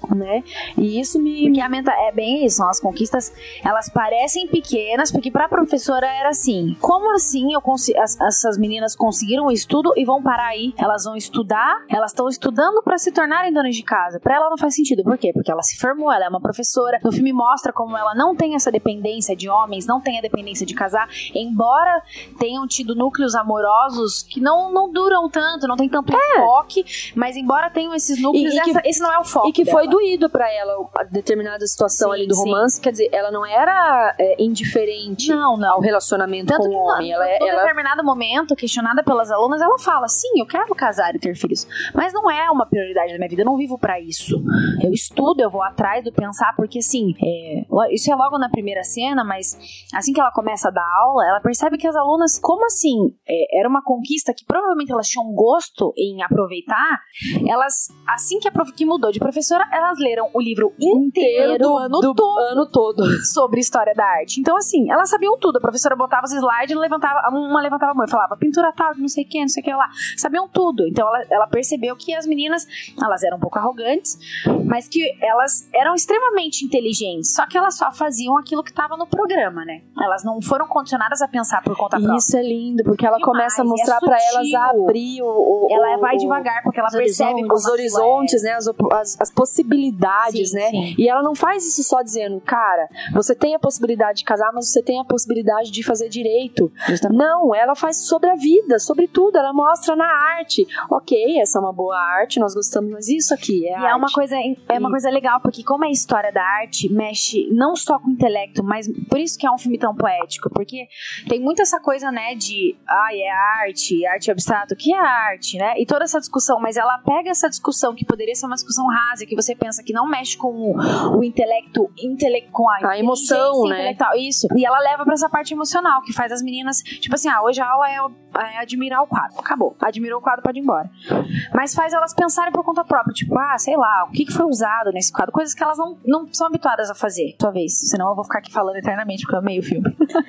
né? E isso me... Porque a menta é bem isso, são as conquistas, elas parecem pequenas, porque pra professora era assim, como assim eu consi- as, essas meninas conseguiram o estudo e vão parar aí? Elas vão estudar, elas estão estudando pra se tornarem donas de casa. Pra ela não faz sentido, por quê? Porque ela se formou, ela é uma professora, no filme mostra como ela não tem essa dependência de homens, não tem a dependência de casar, embora tenham tido núcleos amorosos que não, não duram tanto, não tem tanto É. enfoque, mas embora tenham esses núcleos, E- e que- essa- esse não é o foco E que dela. foi doído pra ela a determinada situação Sim, ali do sim. romance. Quer dizer, ela não era é, indiferente Não, não. ao relacionamento Tanto com que o homem. Ela, em ela determinado momento, questionada pelas alunas, ela fala, sim, eu quero casar e ter filhos, mas não é uma prioridade da minha vida, eu não vivo pra isso. Eu estudo, eu vou atrás do pensar, porque assim, é, isso é logo na primeira cena, mas assim que ela começa a dar aula, ela percebe que as alunas, como assim, é, era uma conquista que provavelmente elas tinham gosto em aproveitar, elas, assim que, a prof, que mudou de professora, elas leram o livro inteiro do ano do todo ano todo. sobre história da arte. Então, assim, elas sabiam tudo. A professora botava os slides, levantava, uma levantava a mão e falava pintura tal, não sei o que, não sei o que lá. Sabiam tudo. Então, ela, ela percebeu que as meninas, elas eram um pouco arrogantes, mas que elas eram extremamente inteligentes. Só que elas só faziam aquilo que estava no programa, né? Elas não foram condicionadas a pensar por conta própria. Isso é lindo, porque ela Demais, começa a e é mostrar pra elas sutil. abrir o, o- Ela o- vai o- devagar, porque ela os percebe horizontes, como os aquilo horizontes, né? As, op- as, as possibilidades, Sim, né? sim. E ela não faz isso só dizendo, cara, você tem a possibilidade de casar, mas você tem a possibilidade de fazer direito. Não, ela faz sobre a vida, sobre tudo. Ela mostra na arte. Ok, essa é uma boa arte, nós gostamos, mas isso aqui é E arte. é uma coisa, é uma E- coisa legal, porque como é história da arte, mexe não só com o intelecto, mas por isso que é um filme tão poético, porque tem muito essa coisa, né, de, ai, é arte, arte abstrato, o que é arte, né? E toda essa discussão, mas ela pega essa discussão que poderia ser uma discussão rasa, que você pensa que não mexe com o, o intelecto, intele, com a, A emoção, inteligência né? intelectual, isso. E ela leva pra essa parte emocional, que faz as meninas, tipo assim, ah, hoje a aula é, é admirar o quadro, acabou. Admirou o quadro, pode ir embora. Mas faz elas pensarem por conta própria, tipo, ah, sei lá, o que, que foi usado nesse quadro, coisas que elas não, não são habituadas a fazer, sua vez, senão eu vou ficar aqui falando eternamente, porque eu amei o filme.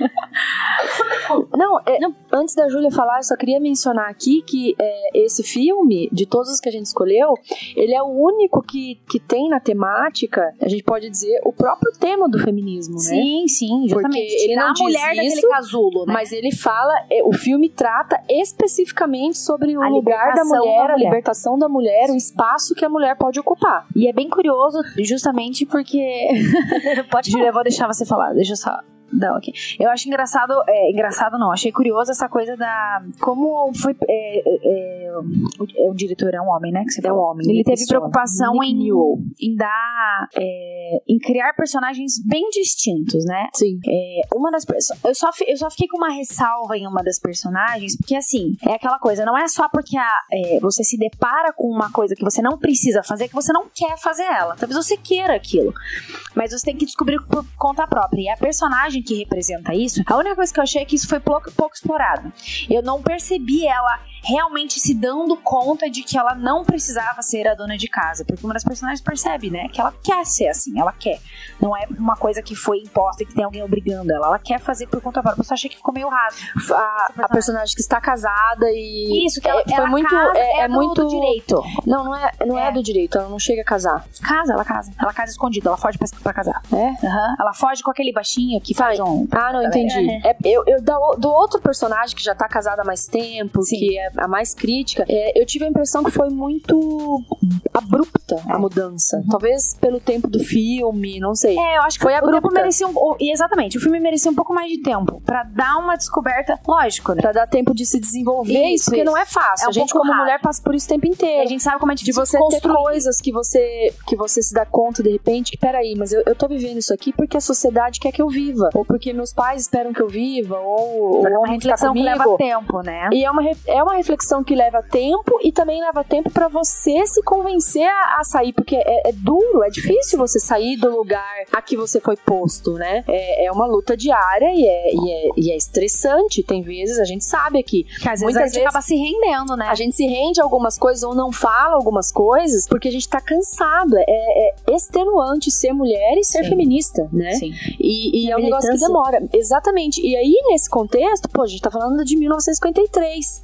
Não, é, não, antes da Júlia falar, eu só queria mencionar aqui que é, esse filme, de todos os que a gente escolheu, ele é o único que, que tem na temática, a gente pode dizer, o próprio tema do feminismo, né? Sim, sim, justamente. Porque ele Tirar não a diz mulher isso, daquele casulo, né? Mas ele fala, é, o filme trata especificamente sobre o A lugar da libertação mulher, da a mulher. libertação da mulher, o espaço que a mulher pode ocupar. E é bem curioso, justamente porque... Pode Júlia, eu vou deixar você falar, deixa eu só... Não, ok. Eu acho engraçado, é, engraçado não, achei curioso essa coisa da, como foi, é, é, é, o, o diretor é um homem, né, que você É um falou. homem, Ele Nick teve Newell. preocupação Nick em, Newell. em dar, é, em criar personagens bem distintos, né. Sim. É, uma das pessoas, eu só, fi- eu só fiquei com uma ressalva em uma das personagens, porque assim, é aquela coisa, não é só porque a, é, você se depara com uma coisa que você não precisa fazer, que você não quer fazer ela. Talvez você queira aquilo, mas você tem que descobrir por conta própria. E a personagem que representa isso, a única coisa que eu achei é que isso foi pouco, pouco explorado. Eu não percebi ela realmente se dando conta de que ela não precisava ser a dona de casa, porque uma das personagens percebe, né, que ela quer ser assim, ela quer. Não é uma coisa que foi imposta e que tem alguém obrigando ela, ela quer fazer por conta própria. Eu só achei que ficou meio raso. A, a personagem que está casada e... Isso, que ela, é, foi ela muito, casa, é, é, é do, muito do direito. Não, não é, não é. É. do direito, ela não chega a casar. Casa, ela casa. Ela casa escondida, ela foge pra, pra casar. É? Aham. Ela foge com aquele baixinho que faz um... Ah, não, entendi. É, eu, eu, do, do outro personagem que já tá casada há mais tempo, Sim. que é a mais crítica, é, eu tive a impressão que foi muito abrupta a mudança. Uhum. Talvez pelo tempo do filme, não sei. É, eu acho que Foi o abrupta. tempo merecia um... o- e exatamente, o filme merecia um pouco mais de tempo pra dar uma descoberta, lógico, né? Pra dar tempo de se desenvolver, Isso, porque isso. não é fácil. É um a gente, pouco como rápido. mulher, passa por isso o tempo E inteiro. a gente sabe como é De difícil você ter construir. coisas que você, que você se dá conta de repente que, peraí, mas eu, eu tô vivendo isso aqui porque a sociedade quer que eu viva, ou porque meus pais esperam que eu viva, ou, ou É uma alguém que tá reflexão que comigo. leva tempo, né? E é uma, re- é uma reflexão que leva tempo e também leva tempo pra você se convencer a, a sair, porque é, é duro, é difícil você sair do lugar a que você foi posto, né? É, é uma luta diária e é, e, é, e é estressante. Tem vezes, a gente sabe aqui, Que às vezes muitas a gente vezes acaba se rendendo, né? a gente se rende a algumas coisas ou não fala algumas coisas porque a gente tá cansado. É, é extenuante ser mulher e ser Sim. feminista, né? Sim. E, e é um negócio que militância. demora. Exatamente. E aí, nesse contexto, pô, a gente tá falando de mil novecentos e cinquenta e três. Pra uma mulher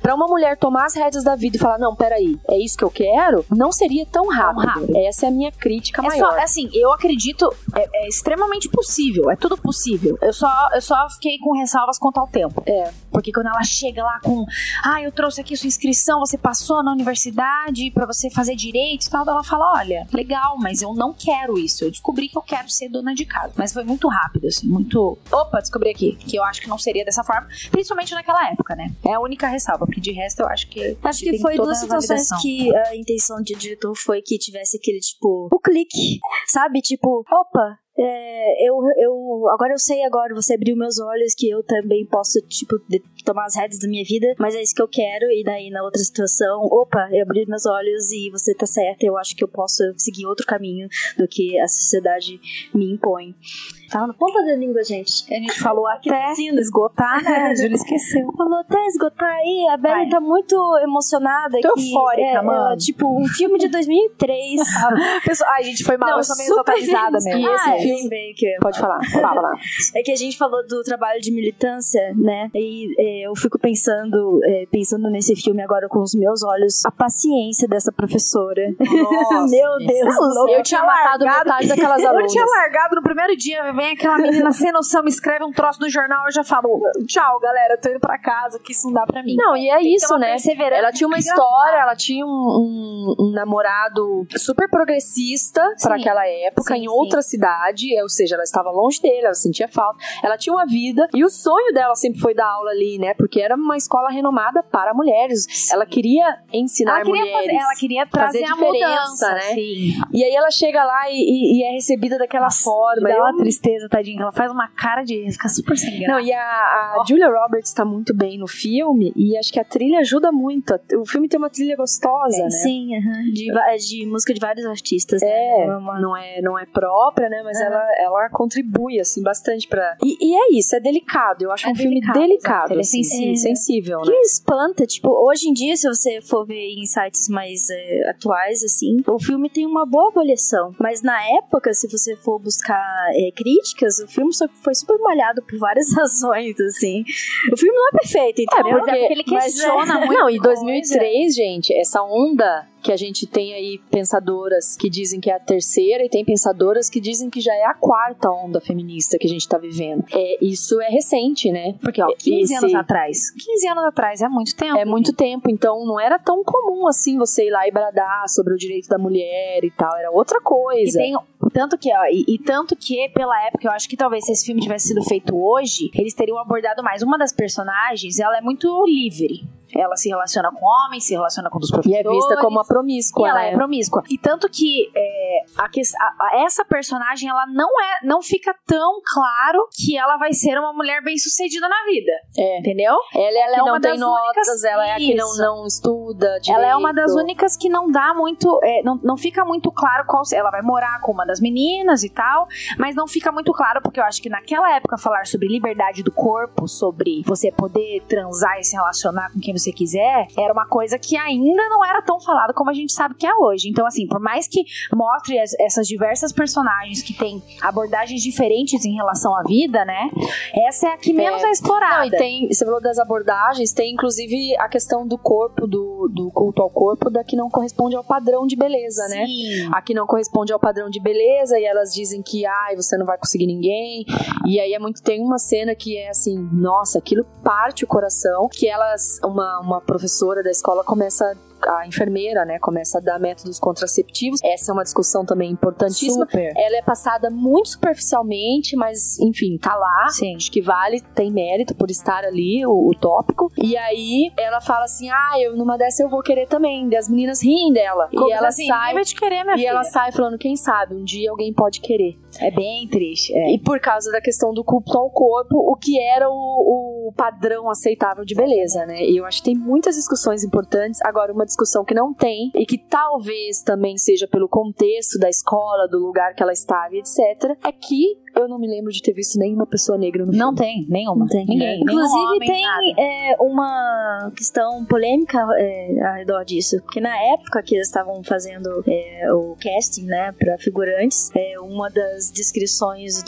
mulher tomar as rédeas da vida e falar, não, peraí, é isso que eu quero, não seria tão rápido. Tão rápido. Essa é a minha crítica é maior. Só, assim, eu acredito, é, é extremamente possível, é tudo possível. Eu só, eu só fiquei com ressalvas quanto ao tempo. É. Porque quando ela chega lá com, ah, eu trouxe aqui sua inscrição, você passou na universidade pra você fazer direito e tal, ela fala, olha, legal, mas eu não quero isso. Eu descobri que eu quero ser dona de casa. Mas foi muito rápido, assim, muito... Opa, descobri aqui, que eu acho que não seria dessa forma, principalmente naquela época, né? É a única ressalva, porque de resto eu acho que... Acho que foi duas situações que a intenção de diretor foi que tivesse aquele, tipo, o clique, sabe? Tipo, opa... É, eu, eu, agora eu sei, agora você abriu meus olhos que eu também posso, tipo, de, tomar as rédeas da minha vida, mas é isso que eu quero, e daí na outra situação, opa, eu abri meus olhos e você tá certa, eu acho que eu posso seguir outro caminho do que a sociedade me impõe. Tava na ponta da língua, gente. A gente falou até esgotar, né? A Júlia esqueceu. Falou até esgotar aí. A Bela tá muito emocionada. Tô que eufórica, é, mano. É, tipo, um filme de dois mil e três. Pessoal, ai, gente, foi mal. Não, eu sou meio desatualizada mesmo. E esse ah, filme... bem que... Pode falar, fala lá. É que a gente falou do trabalho de militância, né? E é, eu fico pensando, é, pensando nesse filme agora com os meus olhos, a paciência dessa professora. Nossa, meu Deus do céu. Eu tinha matado metade daquelas alunas. Eu tinha largado no primeiro dia, vem aquela menina sem noção, me escreve um troço no jornal, eu já falo, tchau, galera, tô indo pra casa, que isso não dá pra mim. Não, e é Tem isso, né? Ela tinha uma história, ela tinha um, um, um namorado super progressista pra aquela época, sim, em outra sim. cidade, ou seja, ela estava longe dele, ela sentia falta, ela tinha uma vida, e o sonho dela sempre foi dar aula ali, né? Porque era uma escola renomada para mulheres. Sim. Ela queria ensinar ela queria mulheres. Fazer, ela queria trazer fazer a diferença, mudança, né? Sim. E aí ela chega lá e, e, e é recebida daquela Nossa, forma. Dá eu... uma tristeza, tadinha. Ela faz uma cara de ficar super sem graça. Não, e a, a oh. Julia Roberts tá muito bem no filme, e acho que a trilha ajuda muito. O filme tem uma trilha gostosa, é, né? Sim, uh-huh. de, de música de vários artistas. É, né? uma... não, é não é própria, né? Mas uh-huh. ela, ela contribui, assim, bastante pra... E, e é isso, é delicado. Eu acho é um delicado, filme delicado, ele assim, é sensível, é. sensível, né? Que espanta, tipo, hoje em dia, se você for ver em sites mais é, atuais, assim, o filme tem uma boa avaliação. Mas na época, se você for buscar é, críticas, o filme só foi super malhado por várias razões, assim. O filme não é perfeito, entendeu? É, porque, porque ele questiona é, muito. Não, em dois mil e três, coisa. Gente, essa onda que a gente tem aí pensadoras que dizem que é a terceira e tem pensadoras que dizem que já é a quarta onda feminista que a gente tá vivendo. É, isso é recente, né? Porque, ó, quinze Esse... anos atrás. quinze anos atrás é muito tempo. É muito tempo, então não era tão comum assim você ir lá e bradar sobre o direito da mulher e tal, era outra coisa. E tem... Tanto que, ó, e, e tanto que, pela época, eu acho que talvez se esse filme tivesse sido feito hoje, eles teriam abordado mais. Uma das personagens, ela é muito livre. Ela se relaciona com homens, se relaciona com os professores. E é vista como uma promíscua, e ela né? é promíscua. E tanto que é, a, a, essa personagem, ela não é, não fica tão claro que ela vai ser uma mulher bem-sucedida na vida. É. Entendeu? Ela é a ela que é não uma tem das notas, únicas, ela é a que não, não estuda direito. Ela é uma das únicas que não dá muito, é, não, não fica muito claro qual... Ela vai morar com uma das meninas e tal, mas não fica muito claro, porque eu acho que naquela época falar sobre liberdade do corpo, sobre você poder transar e se relacionar com quem você quiser, era uma coisa que ainda não era tão falada como a gente sabe que é hoje. Então, assim, por mais que mostre as, essas diversas personagens que têm abordagens diferentes em relação à vida, né? Essa é a que menos é, é explorada. Não, e tem, você falou das abordagens, tem inclusive a questão do corpo, do, do culto ao corpo, da que não corresponde ao padrão de beleza, Sim. né? A que não corresponde ao padrão de beleza, e elas dizem que, ai, você não vai conseguir ninguém. E aí é muito, tem uma cena que é assim, nossa, aquilo parte o coração, que elas, uma, uma professora da escola começa, a enfermeira, né, começa a dar métodos contraceptivos. Essa é uma discussão também importantíssima. Super. Ela é passada muito superficialmente, mas, enfim, tá lá. Sim. Acho que vale, tem mérito por estar ali, o, o tópico. E aí, ela fala assim, ah, eu, numa dessa eu vou querer também. E as meninas riem dela. Como e ela assim, sai... vai te querer, minha e filha. ela sai falando, quem sabe, um dia alguém pode querer. É bem triste. É. E por causa da questão do culto ao corpo, o que era o, o padrão aceitável de beleza, né? E eu acho que tem muitas discussões importantes. Agora, uma discussão que não tem, e que talvez também seja pelo contexto da escola, do lugar que ela estava, etcétera, é que eu não me lembro de ter visto nenhuma pessoa negra no filme. Não tem, nenhuma. Não tem. Ninguém. Inclusive, nenhum homem, tem é, uma questão polêmica é, ao redor disso. Porque na época que eles estavam fazendo é, o casting, né, pra figurantes, é, uma das descrições do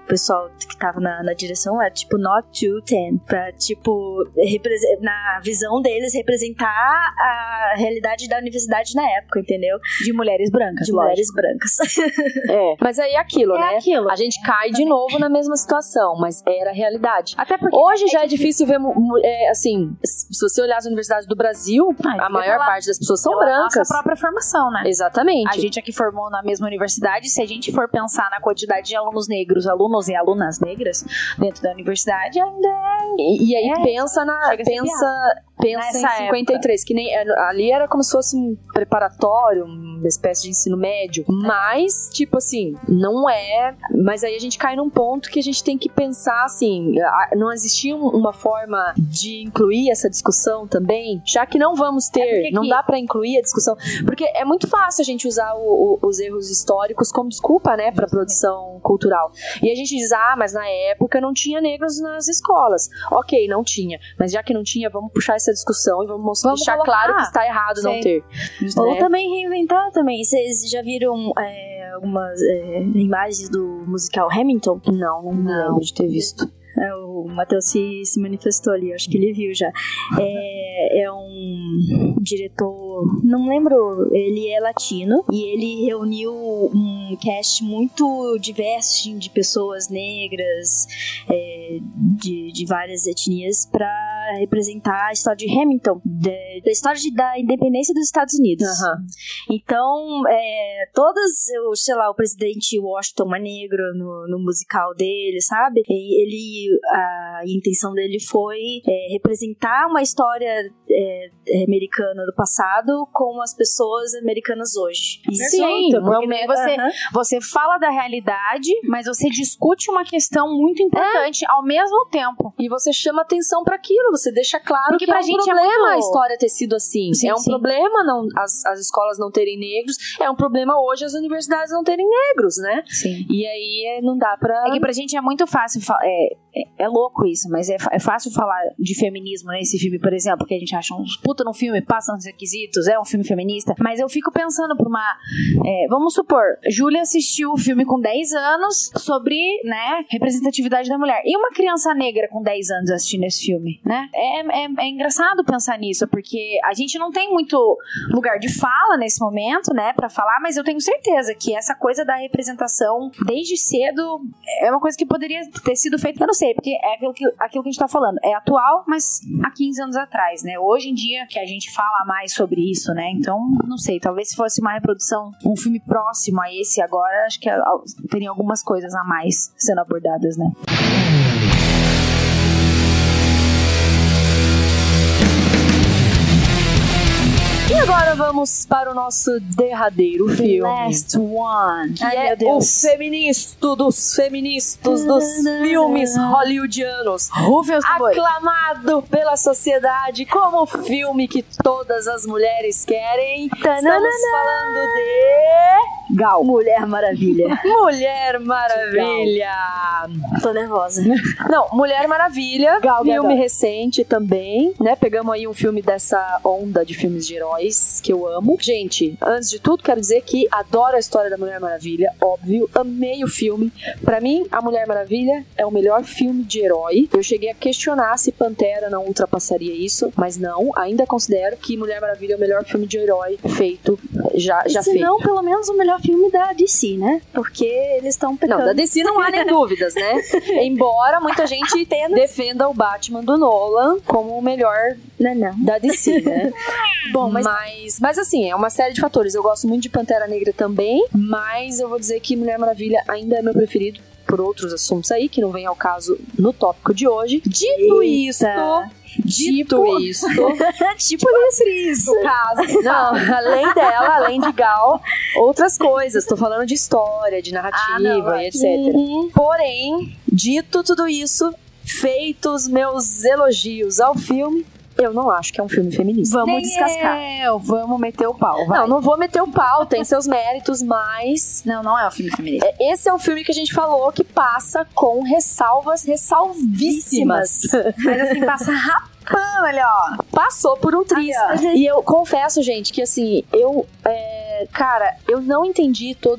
pessoal que tava na, na direção era tipo not too ten, pra tipo represe- na visão deles representar a realidade da universidade na época, entendeu? De mulheres brancas, De lógico. mulheres brancas. É, mas aí é aquilo, É né? aquilo. A gente cai de novo na mesma situação, mas era a realidade. Até porque Hoje já é difícil ver, mu- mu- é, assim, se você olhar as universidades do Brasil, Ah, a maior pela- parte das pessoas são pela brancas. nossa própria formação, né? Exatamente. A gente aqui formou na mesma universidade, se a gente for pensar na quantidade de alunos negros, alunos e alunas negras dentro da universidade, ainda é... E, e aí É, pensa na chega a ser pensa pensa Nessa em cinquenta e três, que nem é, ali era como se fosse um preparatório, uma espécie de ensino médio, mas tipo assim, não é, mas aí a gente cai num ponto que a gente tem que pensar assim, a- não existia um- uma forma de incluir essa discussão também, já que não vamos ter, É porque não que- dá pra incluir a discussão, porque é muito fácil a gente usar o- o- os erros históricos como desculpa, né, pra produção cultural. E a gente diz, ah, mas na época não tinha negros nas escolas. Ok, não tinha. Mas já que não tinha, vamos puxar essa discussão e vamos, mostrar, Vamos deixar colocar. claro que está errado não Sim. ter. Ou né? também reinventar também. Vocês já viram é, algumas é, imagens do musical Hamilton? Não, não me lembro de ter visto. É, o Matheus se, se manifestou ali, acho que ele viu já. É, é um diretor, não lembro, ele é latino e ele reuniu um cast muito diverso assim, de pessoas negras, é, de, de várias etnias, para representar a história de Hamilton, de- da história de- da independência dos Estados Unidos. Aham. Então, é, todas, o- sei lá, o presidente Washington é negro no, no musical dele, sabe? E ele, a intenção dele foi é, representar uma história é, americana do passado com as pessoas americanas hoje. Sim, porque você, Aham. você fala da realidade, mas você discute uma questão muito importante ao mesmo tempo. E você chama atenção pra aquilo, você deixa claro Porque que pra é um gente é problema muito- a história ter sido assim. Sim, é um sim. problema não, as, as escolas não terem negros, é um problema hoje as universidades não terem negros, né? Sim. E aí é, não dá pra... É que pra gente é muito fácil, fa- é, é, é louco isso, mas é, fa- é fácil falar de feminismo nesse filme, por exemplo, que a gente acha uns puta no filme, passa nos requisitos, é um filme feminista, mas eu fico pensando por uma, é, vamos supor, Júlia assistiu o filme com dez anos sobre, né, representatividade da mulher, e uma criança negra com dez anos assistindo esse filme, né, é, é, é engraçado pensar nisso, porque a gente não tem muito lugar de fala nesse momento, né, pra falar, mas eu tenho certeza que essa coisa da representação desde cedo é uma coisa que poderia ter sido feita, eu não sei, porque é aquilo que, aquilo que a gente tá falando, é atual, mas há quinze anos atrás, né, hoje em dia que a gente fala mais sobre isso, né, então, não sei, talvez se fosse uma reprodução, um filme próximo a esse agora, acho que ah, teria algumas coisas a mais sendo abordadas, né. E agora vamos para o nosso derradeiro filme. Last one. Que Ai, é meu Deus. o feministo dos feministas dos filmes hollywoodianos. Rufem os tambores. Aclamado pela sociedade como o filme que todas as mulheres querem. Estamos falando de... Gal. Mulher Maravilha. Mulher Maravilha. Tô nervosa. Não, Mulher Maravilha, Gal filme Gadot. recente também, né? Pegamos aí um filme dessa onda de filmes de heróis que eu amo. Gente, antes de tudo, quero dizer que adoro a história da Mulher Maravilha, óbvio, amei o filme. Pra mim, a Mulher Maravilha é o melhor filme de herói. Eu cheguei a questionar se Pantera não ultrapassaria isso, mas não, ainda considero que Mulher Maravilha é o melhor filme de herói feito, já, já Se feito. não, pelo menos o melhor filme da D C, né? Porque eles estão Não, pecando. da D C não há nem dúvidas, né? Embora muita gente defenda o Batman do Nolan como o melhor Não, não. da D C, né? Bom, mas... mas, mas assim, é uma série de fatores. Eu gosto muito de Pantera Negra também, mas eu vou dizer que Mulher Maravilha ainda é meu preferido por outros assuntos aí, que não vem ao caso no tópico de hoje. Dito isso, dito isso, tipo isso. no caso, não, além dela, além de Gal, outras coisas. Tô falando de história, de narrativa Ah, não, e etcétera. Porém, dito tudo isso, feitos meus elogios ao filme, eu não acho que é um filme feminista. Vamos Nem descascar. eu, vamos meter o pau, vai. Não, não vou meter o pau, tem seus méritos, mas Não, não é um filme feminista. é, esse é o filme que a gente falou que passa com ressalvas ressalvíssimas. Mas assim, passa rapando ali, ó. Passou por um triz. E eu confesso, gente, que assim, eu, é, cara, eu não entendi todo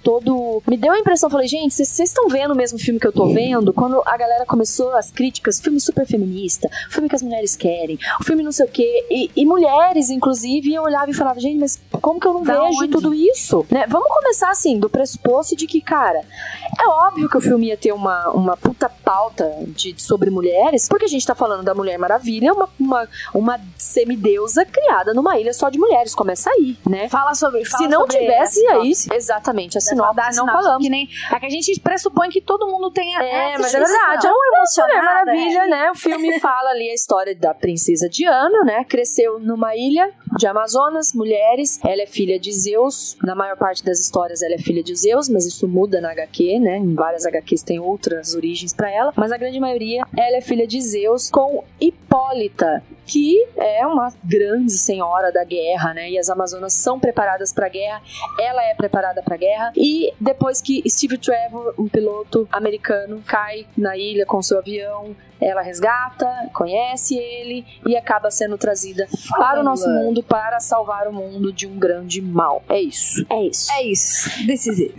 todo... Me deu a impressão, falei, gente, vocês estão vendo o mesmo filme que eu tô vendo? Quando a galera começou as críticas, filme super feminista, filme que as mulheres querem, o filme não sei o quê, e, e mulheres, inclusive, eu olhava e falava, gente, mas como que eu não da vejo onde? Tudo isso? Né? Vamos começar, assim, do pressuposto de que, cara, é óbvio que o filme ia ter uma, uma puta pauta de, sobre mulheres, porque a gente tá falando da Mulher Maravilha, uma, uma, uma semideusa criada numa ilha só de mulheres, começa aí, né? Fala sobre... Fala Se não sobre tivesse aí, exatamente, a sinopse, não falamos. Que nem, é que a gente pressupõe que todo mundo tenha... É, mas é verdade, é uma Mulher Maravilha, né? O filme fala ali a história da princesa Diana, né? Cresceu numa ilha de Amazonas, mulheres, ela é filha de Zeus, na maior parte das histórias ela é filha de Zeus, mas isso muda na agá quê, né? Em várias agá quês tem outras origens pra ela, mas a grande maioria, ela é filha de Zeus com Hipólita, que é uma grande senhora da guerra, né? E as Amazonas são preparadas pra guerra, ela é preparada pra guerra, e depois que Steve Trevor, um piloto americano, cai na ilha com seu avião, ela resgata, conhece ele e acaba sendo trazida Fala. para o nosso mundo para salvar o mundo de um grande mal. É isso. É isso. É isso. Decisivo.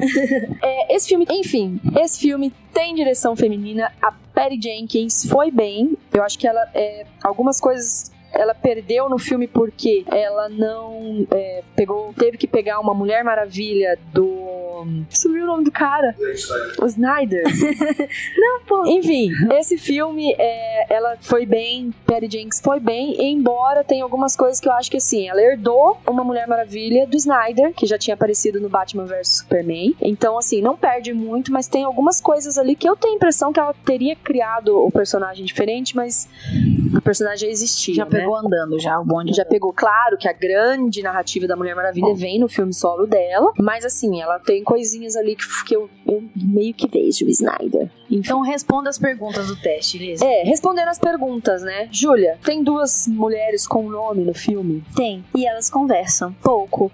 é, esse filme, enfim, esse filme tem direção feminina. A Patty Jenkins foi bem. Eu acho que ela, é, algumas coisas ela perdeu no filme porque ela não é, pegou, teve que pegar uma Mulher Maravilha do... Sumiu o nome do cara. O Snyder. Não, pô. Enfim, esse filme, é, ela foi bem, Patty Jenkins foi bem, embora tenha algumas coisas que eu acho que assim, ela herdou uma Mulher Maravilha do Snyder, que já tinha aparecido no Batman versus Superman. Então, assim, não perde muito, mas tem algumas coisas ali que eu tenho a impressão que ela teria criado o personagem diferente, mas o personagem já existia. Já né? pegou andando, já o bonde. Já pegou, claro, que a grande narrativa da Mulher Maravilha vem no filme solo dela, mas assim, ela tem coisinhas ali que, que eu, eu meio que vejo o Snyder. Então responda as perguntas do teste, Liz. É, respondendo as perguntas, né? Júlia, tem duas mulheres com nome no filme? Tem. E elas conversam. Pouco.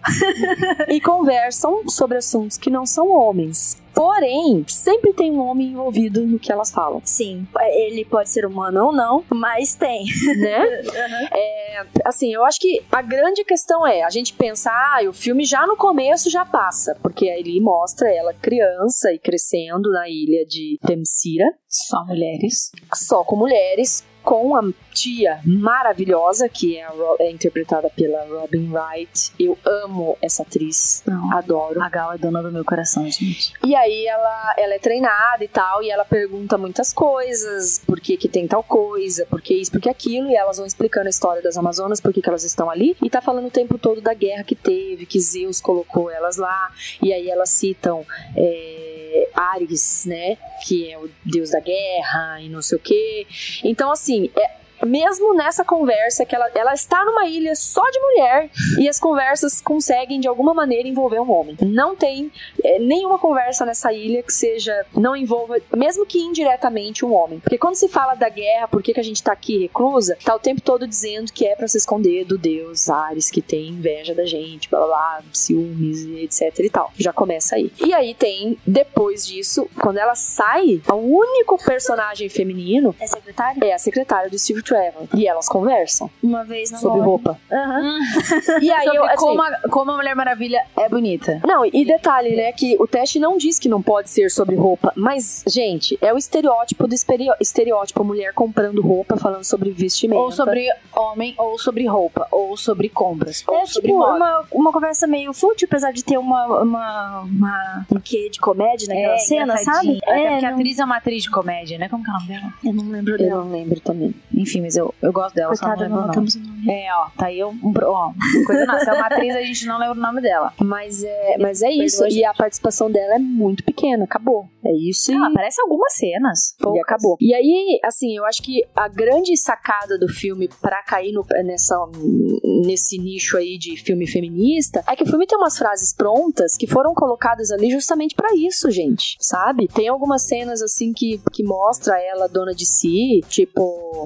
E conversam sobre assuntos que não são homens. Porém, sempre tem um homem envolvido no que elas falam. Sim, ele pode ser humano ou não, mas tem. Né? Uhum. É, assim, eu acho que a grande questão é, a gente pensa, ah, o filme já no começo já passa, porque ele mostra ela criança e crescendo na ilha de Themyscira. Só mulheres. Só com mulheres, com a tia maravilhosa, que é, a, é interpretada pela Robin Wright. Eu amo essa atriz. Não, adoro. A Gal é dona do meu coração, gente. E aí ela, ela é treinada e tal, e ela pergunta muitas coisas, por que que tem tal coisa, por que isso, por que aquilo, e elas vão explicando a história das Amazonas, por que que elas estão ali, e tá falando o tempo todo da guerra que teve, que Zeus colocou elas lá, e aí elas citam é, Ares, né, que é o deus da guerra e não sei o que. Então, assim, é, mesmo nessa conversa que ela, ela está numa ilha só de mulher e as conversas conseguem de alguma maneira envolver um homem. Não tem é, nenhuma conversa nessa ilha que seja, não envolva, mesmo que indiretamente, um homem. Porque quando se fala da guerra, por que que a gente tá aqui reclusa, tá o tempo todo dizendo que é pra se esconder do deus Ares, que tem inveja da gente, blá blá blá, ciúmes, etc e tal. Já começa aí. E aí tem, depois disso, quando ela sai, o único personagem feminino é secretária? É a secretária do Steve Trevor. E elas conversam. Uma vez na sobre moda. roupa. Uhum. E aí, sobre eu, assim, como, a, como a Mulher Maravilha é bonita. Não, e detalhe, né, que o teste não diz que não pode ser sobre roupa, mas, gente, é o estereótipo do estereó- estereótipo mulher comprando roupa, falando sobre vestimenta. Ou sobre homem, ou sobre roupa, ou sobre compras, ou É sobre tipo moda. uma, uma conversa meio fútil, apesar de ter uma, uma, uma um quê de comédia naquela É, cena, sabe? É, É, porque a não- atriz é uma atriz de comédia, né? Como que é o nome dela? eu não lembro Eu dela. não lembro também. Enfim, mas eu, eu gosto dela, só não Coitada, lembro não o nome. notamos o nome. É, ó, tá aí um, um pro- ó, uma coisa nossa. Se é uma atriz, a gente não lembra o nome dela. Mas é, mas é isso. Perdoa, E a participação dela é muito pequena. Acabou. É isso e... Ah, aparece algumas cenas. E poucas. acabou. E aí, assim, eu acho que a grande sacada do filme pra cair no, nessa, nesse nicho aí de filme feminista é que o filme tem umas frases prontas que foram colocadas ali justamente pra isso, gente, sabe? Tem algumas cenas, assim, que, que mostra ela dona de si, tipo, a cena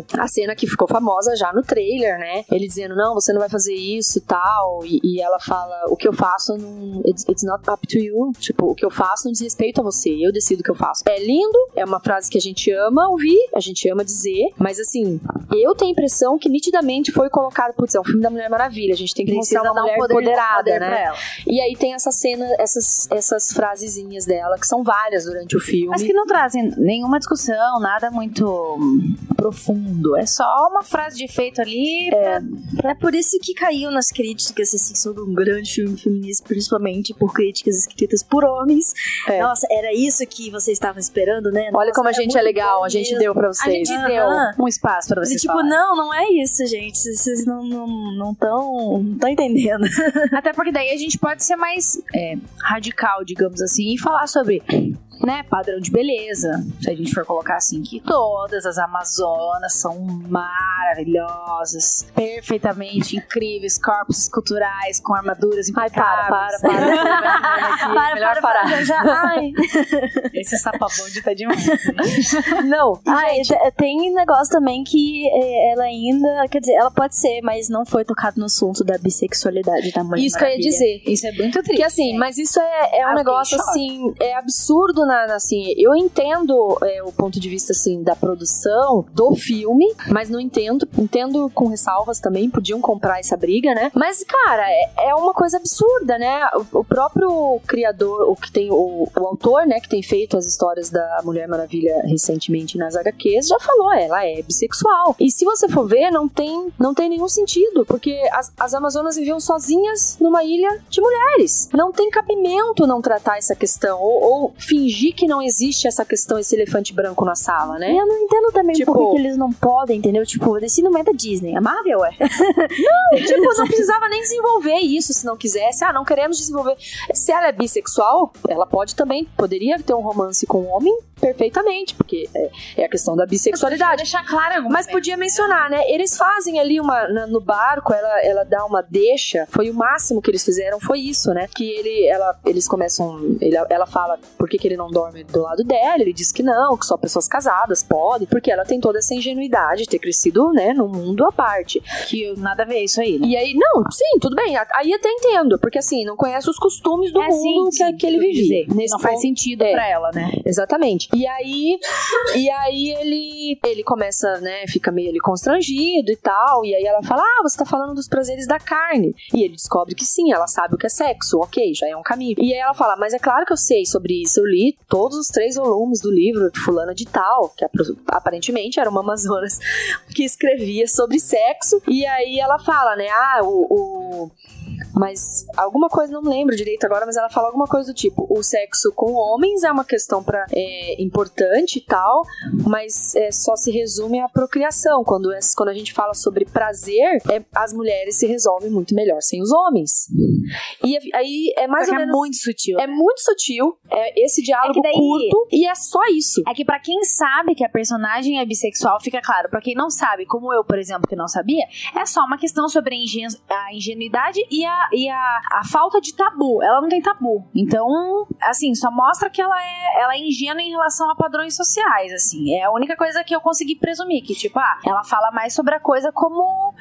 cena que ficou famosa já no trailer, né? Ele dizendo, não, você não vai fazer isso e tal. E, e ela fala, o que eu faço não... It's, it's not up to you. Tipo, o que eu faço não diz respeito a você. Eu decido o que eu faço. É lindo, é uma frase que a gente ama ouvir, a gente ama dizer, mas assim, eu tenho a impressão que nitidamente foi colocado, putz, é um filme da Mulher Maravilha, a gente tem que mostrar uma mulher empoderada, né? E aí tem essa cena, essas, essas frasezinhas dela, que são várias durante o filme. Mas que não trazem nenhuma discussão, nada muito profundo. É só uma frase de efeito ali. É, pra... é por isso que caiu nas críticas, assim, sobre um grande filme feminista, principalmente por críticas escritas por homens. É. Nossa, era isso que vocês estavam esperando, né? Nossa, olha como a gente é legal, a gente mesmo. deu pra vocês. A gente deu um espaço pra vocês. E, tipo, falarem. não, não é isso, gente. Vocês não estão não, não não entendendo. Até porque daí a gente pode ser mais é, radical, digamos assim, e falar sobre... né, padrão de beleza, se a gente for colocar assim, que todas as Amazonas são maravilhosas, perfeitamente incríveis, corpos esculturais com armaduras impecáveis. Ai, para, para, para. para, melhor para, parar. para, já, ai. Esse sapabonde tá demais. Não, ai, tem negócio também que ela ainda, quer dizer, ela pode ser, mas não foi tocado no assunto da bissexualidade da Mulher Isso que eu ia dizer. Isso é muito triste. Porque assim, mas isso é, é um ah, negócio assim, é absurdo, na, assim, eu entendo é, o ponto de vista assim da produção do filme, mas não entendo, entendo com ressalvas também, podiam comprar essa briga, né? Mas, cara, é, é uma coisa absurda, né? O, o próprio criador, o que tem o, o autor, né, que tem feito as histórias da Mulher Maravilha recentemente nas agá quês, já falou, ela é bissexual. E se você for ver, não tem, não tem nenhum sentido, porque as, as Amazonas viviam sozinhas numa ilha de mulheres. Não tem cabimento não tratar essa questão, ou, ou fingir que não existe essa questão, esse elefante branco na sala, né? E eu não entendo também tipo, por que eles não podem, entendeu? Tipo, esse não é da Disney, a Marvel é. Não, tipo, não precisava nem desenvolver isso se não quisesse. Ah, não queremos desenvolver. Se ela é bissexual, ela pode também, poderia ter um romance com um homem perfeitamente, porque é, é a questão da bissexualidade. Deixar claro, mas podia mencionar, né? Eles fazem ali uma, na, no barco, ela, ela dá uma deixa, foi o máximo que eles fizeram, foi isso, né? Que ele, ela, eles começam, ele, ela fala por que, que ele não dorme do lado dela, ele diz que não, que só pessoas casadas podem, porque ela tem toda essa ingenuidade de ter crescido, né, num mundo à parte. Que nada a ver isso aí, né? E aí, não, sim, tudo bem, aí até entendo, porque assim, não conhece os costumes do é, mundo sim, sim, que, que ele vivia. Nesse não ponto, faz sentido é, pra ela, né? Exatamente. E aí, e aí ele, ele começa, né, fica meio ali constrangido e tal, e aí ela fala, ah, você tá falando dos prazeres da carne. E ele descobre que sim, ela sabe o que é sexo, ok, já é um caminho. E aí ela fala, mas é claro que eu sei sobre isso, eu li todos os três volumes do livro de fulana de tal, que aparentemente era uma Amazonas que escrevia sobre sexo, e aí ela fala, né, ah, o... o mas alguma coisa, não lembro direito agora, mas ela fala alguma coisa do tipo, o sexo com homens é uma questão pra, é, importante e tal, mas é, só se resume à procriação. Quando, é, quando a gente fala sobre prazer, é, as mulheres se resolvem muito melhor sem os homens. E aí é mais Porque ou menos... é muito sutil. É muito sutil, é esse diálogo é daí, curto, e é só isso. É que pra quem sabe que a personagem é bissexual, fica claro. Pra quem não sabe, como eu, por exemplo, que não sabia, é só uma questão sobre a, ingen a ingenuidade e a e a, a falta de tabu. Ela não tem tabu. Então, assim, só mostra que ela é, ela é ingênua em relação a padrões sociais, assim. É a única coisa que eu consegui presumir, que, tipo, ah, ela fala mais sobre a coisa como...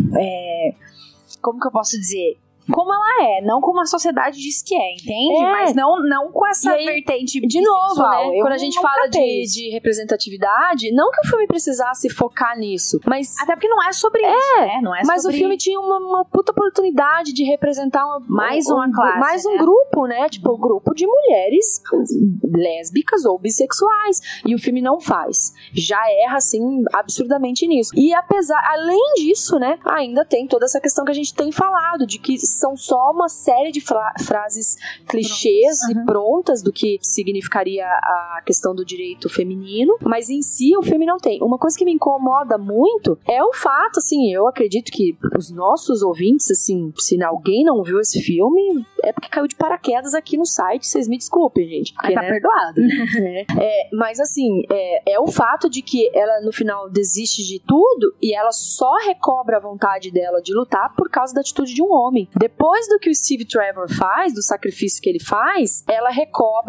É, como que eu posso dizer... Como ela é, não como a sociedade diz que é, entende? É. Mas não, não com essa aí, vertente de novo, né? Eu quando a gente fala de, de representatividade, não que o filme precisasse focar nisso, mas... Até porque não é sobre é, isso, né? Não é mas sobre... o filme tinha uma, uma puta oportunidade de representar uma, mais um, uma classe, mais um né? grupo, né? Tipo, um grupo de mulheres lésbicas ou bissexuais. E o filme não faz. Já erra, assim, absurdamente nisso. E apesar, além disso, né? Ainda tem toda essa questão que a gente tem falado, de que são só uma série de fra frases clichês uhum. e prontas do que significaria a questão do direito feminino, mas em si o filme não tem. Uma coisa que me incomoda muito é o fato, assim, eu acredito que os nossos ouvintes, assim, se alguém não viu esse filme, é porque caiu de paraquedas aqui no site, vocês me desculpem, gente. Porque, tá né? perdoado. é, mas assim, é, é o fato de que ela no final desiste de tudo e ela só recobra a vontade dela de lutar por causa da atitude de um homem. Depois do que o Steve Trevor faz, do sacrifício que ele faz, ela recobra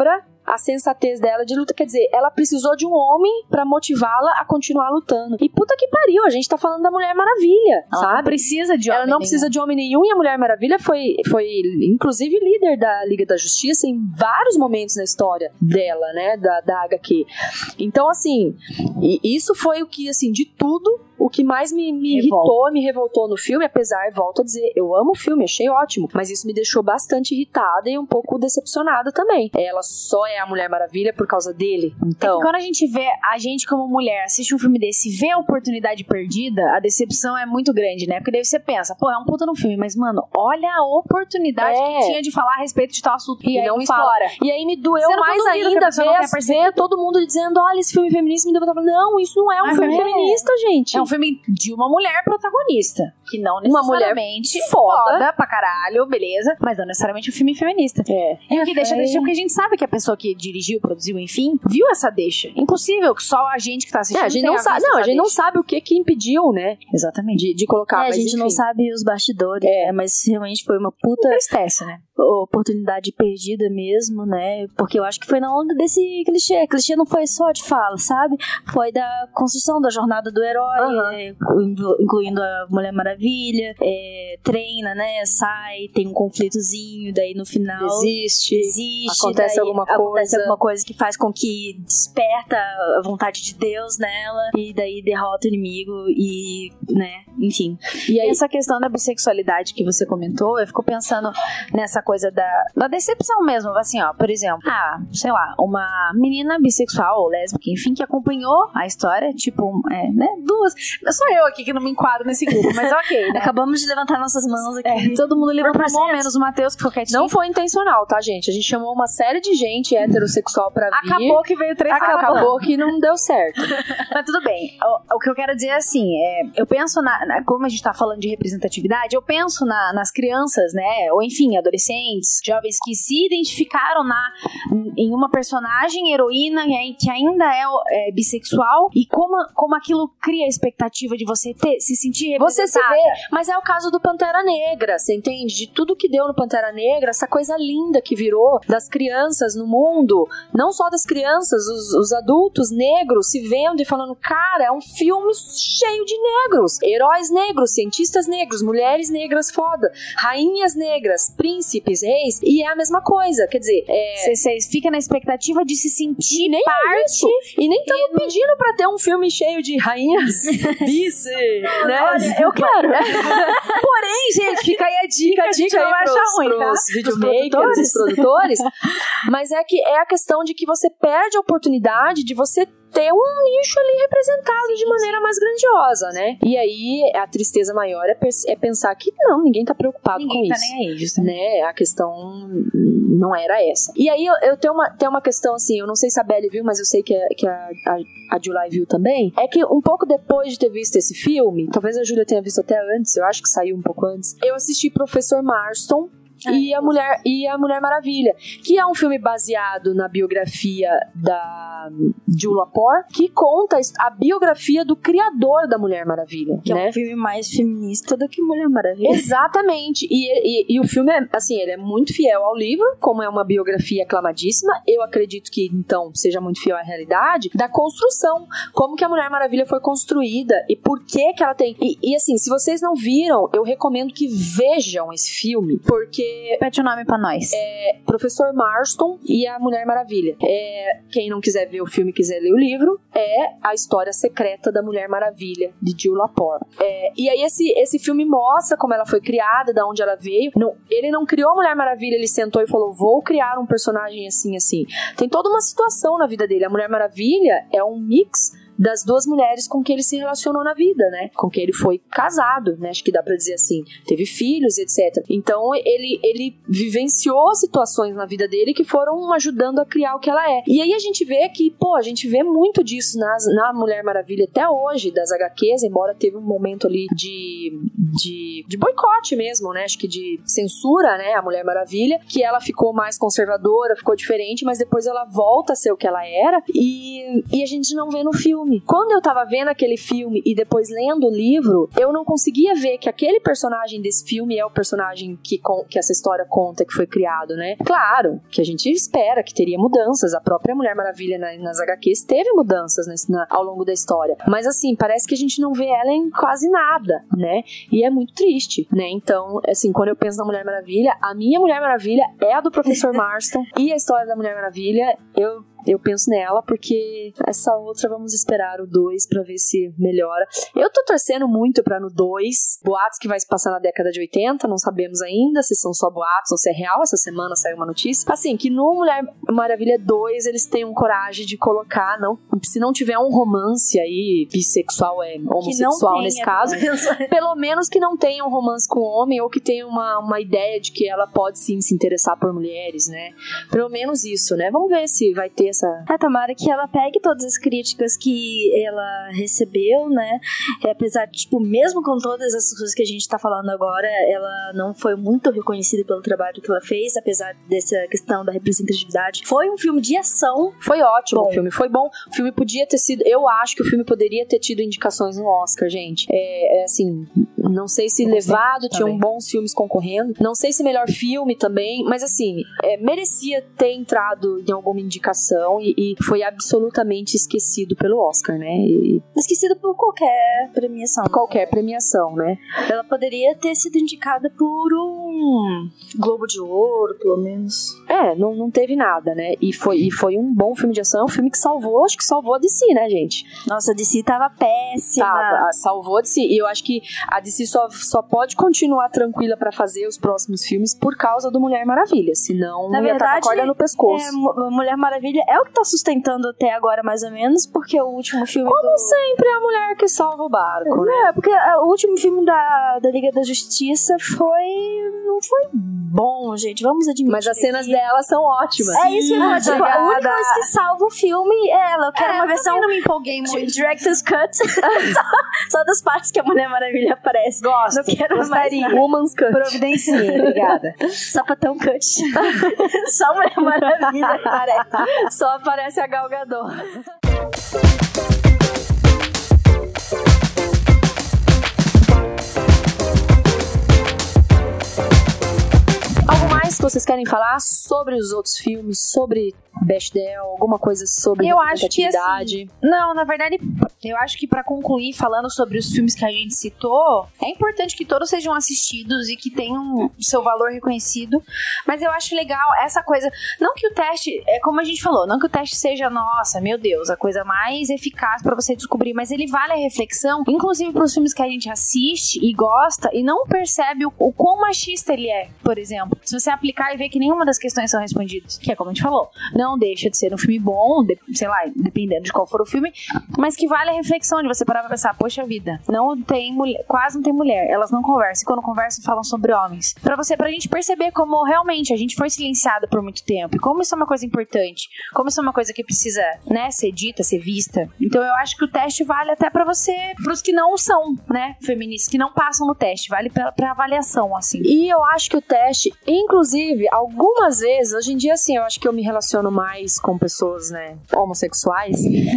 a sensatez dela de luta. Quer dizer, ela precisou de um homem pra motivá-la a continuar lutando. E puta que pariu, a gente tá falando da Mulher Maravilha, ela sabe? não precisa de homem Ela não nenhum. precisa de homem nenhum e a Mulher Maravilha foi, foi inclusive líder da Liga da Justiça em vários momentos na história dela, né, da, da H Q. Então, assim, e isso foi o que, assim, de tudo, o que mais me, me irritou, me revoltou no filme, apesar, volto a dizer, eu amo o filme, achei ótimo, mas isso me deixou bastante irritada e um pouco decepcionada também. Ela só é a Mulher Maravilha por causa dele, então... É que quando a gente vê, a gente como mulher assiste um filme desse e vê a oportunidade perdida, a decepção é muito grande, né? Porque daí você pensa, pô, é um puta no filme, mas, mano, olha a oportunidade É. que tinha de falar a respeito de tal assunto E e aí não não explora. E aí me doeu Você não mais duvida que a ainda pessoa não ver, tenha percebido. ver todo mundo dizendo, olha, esse filme feminista me deu vontade. Não, isso não é um Mas filme é. feminista, gente. É um filme de uma mulher protagonista, que não Uma mulher necessariamente foda. foda pra caralho, beleza, mas não necessariamente um filme feminista. É. E o que deixa deixa porque a gente sabe que a pessoa que dirigiu, produziu, enfim, viu essa deixa. Impossível que só a gente que tá assistindo É, a gente tenha não sabe, visto não, a essa gente não deixa. sabe o que que impediu, né, Exatamente. de, de colocar, É, a mas gente não enfim. sabe os bastidores, É. né? Mas realmente foi uma puta Entristece, né? oportunidade perdida mesmo, né? Porque eu acho que foi na onda desse clichê. Clichê não foi só de fala, sabe? Foi da construção da jornada do herói, Aham. é, inclu- incluindo a Mulher Maravilha, é, treina, né? Sai, tem um conflitozinho, daí no final Existe. existe, Acontece daí alguma acontece coisa. alguma coisa que faz com que desperta a vontade de Deus nela e daí derrota o inimigo e, né, enfim. E E aí, essa questão da bissexualidade que você comentou, eu fico pensando nessa coisa da, da decepção mesmo. Assim, ó, por exemplo, ah, sei lá, uma menina bissexual ou lésbica, enfim, que acompanhou a história, tipo, é, né, duas. Sou eu aqui que não me enquadro nesse grupo, mas ok, né? Acabamos de levantar nossas mãos aqui. É, todo mundo levantou a mão, Por menos o Matheus, que ficou quietinho. não foi intencional, tá, gente? A gente chamou uma série de gente heterossexual pra vir. Acabou que veio três Acabou, acabou. que não deu certo. Mas tudo bem. O, o que eu quero dizer é assim, é, eu penso na, na- como a gente tá falando de representatividade, eu penso na- nas crianças, né, ou enfim, adolescentes, jovens que se identificaram na, em uma personagem heroína e aí- que ainda é, é bissexual e como, como aquilo cria a expectativa de você ter, se sentir Você se representada. vê, mas é o caso do Pantera Negra, você entende? De tudo que deu no Pantera Negra, essa coisa linda que virou das crianças no mundo, não só das crianças, os, os adultos negros se vendo e falando, cara, é um filme cheio de negros, heróis negros, cientistas negros, mulheres negras foda, rainhas negras, príncipes, reis, e é a mesma coisa, quer dizer, é... Você, você fica na expectativa de se sentir nem parte. isso. E nem estamos pedindo pra ter um filme cheio de rainhas vice, né? Olha, eu quero. Porém, gente, fica aí a dica. Fica a a gente dica não aí vai pros, achar ruim, tá? pros videomakers, os produtores. Mas é que é a questão de que você perde a oportunidade de você ter um nicho ali representado de maneira mais grandiosa, né? E aí a tristeza maior é, pers- é pensar que não, ninguém tá preocupado Ninguém com tá isso. nem aí, justamente. Né? A questão não era essa. E aí eu, eu tenho, uma, tenho uma questão assim, eu não sei se a Belly viu, mas eu sei que, a, que a, a, a July viu também. É que um pouco depois de ter visto esse filme, talvez a Júlia tenha visto até antes, eu acho que saiu um pouco antes, eu assisti Professor Marston. E a, Mulher, e a Mulher Maravilha, que é um filme baseado na biografia da Jill Lepore, que conta a biografia do criador da Mulher Maravilha, Que né? é um filme mais feminista do que Mulher Maravilha. Exatamente, e, e, e o filme é, assim, ele é muito fiel ao livro, como é uma biografia aclamadíssima, eu acredito que, então, seja muito fiel à realidade, da construção, como que a Mulher Maravilha foi construída e por que que ela tem, e, e assim, se vocês não viram, eu recomendo que vejam esse filme, porque Repete o nome pra nós. é Professor Marston e a Mulher Maravilha. É, quem não quiser ver o filme e quiser ler o livro, é A História Secreta da Mulher Maravilha, de Jill Lepore. É, e aí esse, esse filme mostra como ela foi criada, da onde ela veio. Não, ele não criou a Mulher Maravilha, ele sentou e falou, vou criar um personagem assim, assim. Tem toda uma situação na vida dele. A Mulher Maravilha é um mix das duas mulheres com que ele se relacionou na vida, né? Com que ele foi casado, né? Acho que dá pra dizer assim. Teve filhos, etcétera. Então, ele, ele vivenciou situações na vida dele que foram ajudando a criar o que ela é. E aí a gente vê que, pô, a gente vê muito disso nas, na Mulher Maravilha até hoje, das agá quês, embora teve um momento ali de, de, de boicote mesmo, né? Acho que de censura, né? A Mulher Maravilha, que ela ficou mais conservadora, ficou diferente, mas depois ela volta a ser o que ela era e, e a gente não vê no filme. filme. Quando eu tava vendo aquele filme e depois lendo o livro, eu não conseguia ver que aquele personagem desse filme é o personagem que, que essa história conta, que foi criado, né? Claro, que a gente espera que teria mudanças. A própria Mulher Maravilha na, nas agá quês teve mudanças nesse, na, ao longo da história. Mas assim, parece que a gente não vê ela em quase nada, né? E é muito triste, né? Então, assim, quando eu penso na Mulher Maravilha, a minha Mulher Maravilha é a do professor Marston. E a história da Mulher Maravilha, eu... Eu penso nela porque essa outra vamos esperar o dois pra ver se melhora. Eu tô torcendo muito pra no dois, boatos que vai se passar na década de oitenta, não sabemos ainda se são só boatos ou se é real. Essa semana saiu uma notícia. Assim, que no Mulher Maravilha dois eles tenham coragem de colocar, não, se não tiver um romance aí, bissexual, é homossexual tenha, nesse caso, pelo menos que não tenha um romance com homem ou que tenha uma, uma ideia de que ela pode sim se interessar por mulheres, né? Pelo menos isso, né? Vamos ver se vai ter essa... É, tomara que ela pegue todas as críticas que ela recebeu, né? É, apesar de, tipo, mesmo com todas essas coisas que a gente tá falando agora, ela não foi muito reconhecida pelo trabalho que ela fez, apesar dessa questão da representatividade. Foi um filme de ação. Foi ótimo bom. o filme, foi bom. O filme podia ter sido... Eu acho que o filme poderia ter tido indicações no Oscar, gente. É, é assim... Não sei se levado, tinham bons filmes concorrendo. Não sei se melhor filme também. Mas assim, é, merecia ter entrado em alguma indicação e, e foi absolutamente esquecido pelo Oscar, né? E, esquecido por qualquer premiação. Qualquer premiação, né? Ela poderia ter sido indicada por um Globo de Ouro, pelo menos. É, não, não teve nada, né? E foi, e foi um bom filme de ação. É um filme que salvou, acho que salvou a D C, né, gente? Nossa, a D C tava péssima. Tava, salvou a D C. E eu acho que a D C Só, só pode continuar tranquila pra fazer os próximos filmes por causa do Mulher Maravilha, senão na ia verdade, estar com a corda no pescoço. É, Mulher Maravilha é o que tá sustentando até agora, mais ou menos, porque o último filme Como do... sempre, é a mulher que salva o barco, né? É, porque o último filme da, da Liga da Justiça foi... não foi bom, gente, vamos admitir. Mas as cenas que... dela são ótimas. É isso que eu vou tipo, a única coisa que salva o filme é ela. Eu quero é, uma eu versão... não me empolguei muito. Director's Cut. só, só das partes que a Mulher Maravilha aparece. Gosto. Não quero Gostaria. mais Woman's Cut. Providencie, obrigada. Só pra ter um cut. Só a Mulher Maravilha aparece. Só aparece a Gal Gadot. Algo mais que vocês querem falar sobre os outros filmes, sobre Bechdel, alguma coisa sobre eu acho que assim, não, na verdade, eu acho que pra concluir falando sobre os filmes que a gente citou, é importante que todos sejam assistidos e que tenham seu valor reconhecido, mas eu acho legal essa coisa, não que o teste, é como a gente falou, não que o teste seja, nossa, meu Deus, a coisa mais eficaz pra você descobrir, mas ele vale a reflexão, inclusive pros filmes que a gente assiste e gosta e não percebe o, o quão machista ele é, por exemplo, se você aplicar e ver que nenhuma das questões são respondidas, que é como a gente falou, não deixa de ser um filme bom, de, sei lá, dependendo de qual for o filme, mas que vale a reflexão de você parar pra pensar, poxa vida, não tem mulher, quase não tem mulher, elas não conversam, e quando conversam falam sobre homens. Pra você, pra gente perceber como realmente a gente foi silenciada por muito tempo, e como isso é uma coisa importante, como isso é uma coisa que precisa, né, ser dita, ser vista. Então eu acho que o teste vale até pra você, pros que não são, né, feministas, que não passam no teste, vale pra, pra avaliação, assim. E eu acho que o teste, inclusive, algumas vezes, hoje em dia, assim, eu acho que eu me relaciono mais com pessoas, né, homossexuais,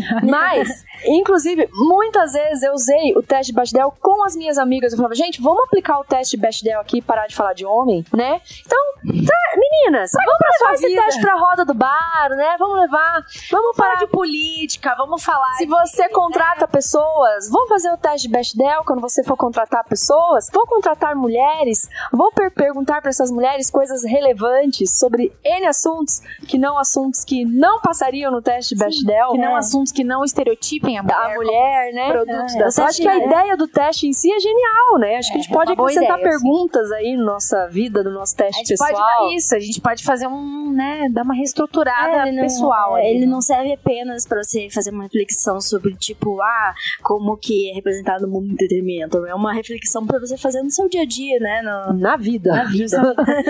mas, inclusive, muitas vezes eu usei o teste de Bechdel com as minhas amigas, eu falava, gente, vamos aplicar o teste de Bechdel aqui e parar de falar de homem, né? Então, tá, meninas, Vai vamos levar esse vida. teste pra roda do bar, né? Vamos levar, vamos falar de política, vamos falar se de... você contrata pessoas, vamos fazer o teste de Bechdel quando você for contratar pessoas, vou contratar mulheres, vou per- perguntar pra essas mulheres coisas relevantes sobre N assuntos, que não assuntos que não passariam no teste de Bechdel, que não né? assuntos que não estereotipem a mulher, a mulher, né? Produtos é, da eu acho que a é. ideia do teste em si é genial, né? Acho é, que a gente pode acrescentar ideia, perguntas assim. aí na nossa vida, no nosso teste a gente pessoal. Pode dar isso, a gente pode fazer um, né, dar uma reestruturada é, não, pessoal. É, ali, ele né? não serve apenas pra você fazer uma reflexão sobre, tipo, ah, como que é representado no mundo do entretenimento. É uma reflexão pra você fazer no seu dia a dia, né? No... Na vida. Na vida.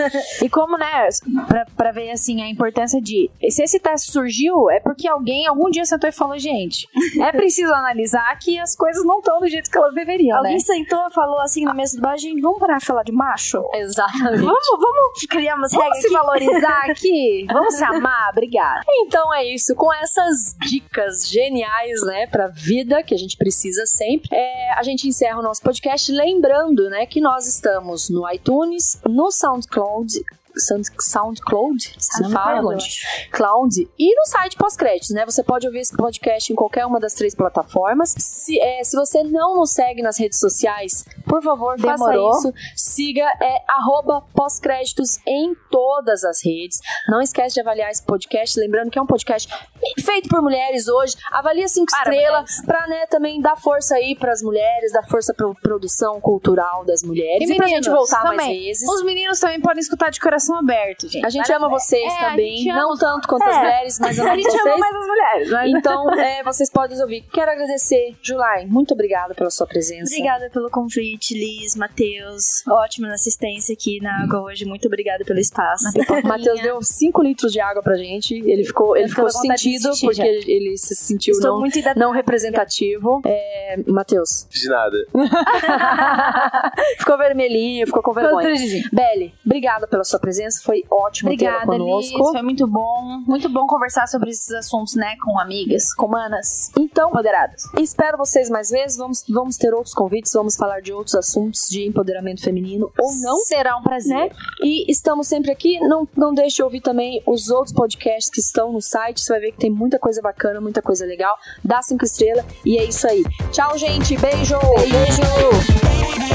E como, né, pra, pra ver, assim, a importância de... Se esse teste surgiu, é porque alguém algum dia sentou e falou, gente, é preciso analisar que as coisas não estão do jeito que elas deveriam, Alguém né? sentou e falou assim na mesa do bar, gente, vamos parar de falar de macho? Exatamente. Vamos, vamos criar umas Vamos regras se valorizar aqui? Vamos se amar? Obrigada. Então é isso. Com essas dicas geniais, né, pra vida, que a gente precisa sempre, é, a gente encerra o nosso podcast lembrando, né, que nós estamos no iTunes, no SoundCloud, Sound, SoundCloud, se fala, Cloud, e no site pós-créditos, né? Você pode ouvir esse podcast em qualquer uma das três plataformas. Se, é, se você não nos segue nas redes sociais, por favor, Demorou. faça isso. Siga é, arroba pós-créditos em todas as redes. Não esquece de avaliar esse podcast, lembrando que é um podcast feito por mulheres hoje. Avalia cinco para estrelas mulheres. Pra, né, também dar força aí pras mulheres, dar força pra produção cultural das mulheres. E, e pra gente voltar também. mais vezes. Os meninos também podem escutar de coração aberto, gente. A gente ama vocês é, também, não ama. tanto quanto é. as mulheres, mas ama a gente vocês. ama mais as mulheres. Né? Então, é, vocês podem ouvir. Quero agradecer, Julai, muito obrigada pela sua presença. Obrigada pelo convite, Liz, Matheus. Ótimo na assistência aqui na água hoje. Muito obrigada pelo espaço. O Matheus deu cinco litros de água pra gente. Ele ficou, ele ficou sentido porque já. ele se sentiu não, não representativo. É, Matheus. De nada. Ficou vermelhinho, ficou com vergonha. Beli, obrigada pela sua presença. Foi ótimo Obrigada, tê-la conosco. Liz, foi muito bom. Muito bom conversar sobre esses assuntos, né? Com amigas, com manas. Então, empoderadas. Espero vocês mais vezes. Vamos, vamos ter outros convites. Vamos falar de outros assuntos de empoderamento feminino ou não. Será um prazer. Né? E estamos sempre aqui. Não, não deixe de ouvir também os outros podcasts que estão no site. Você vai ver que tem muita coisa bacana, muita coisa legal. Dá cinco estrelas. E é isso aí. Tchau, gente. Beijo. Beijo. Beijo.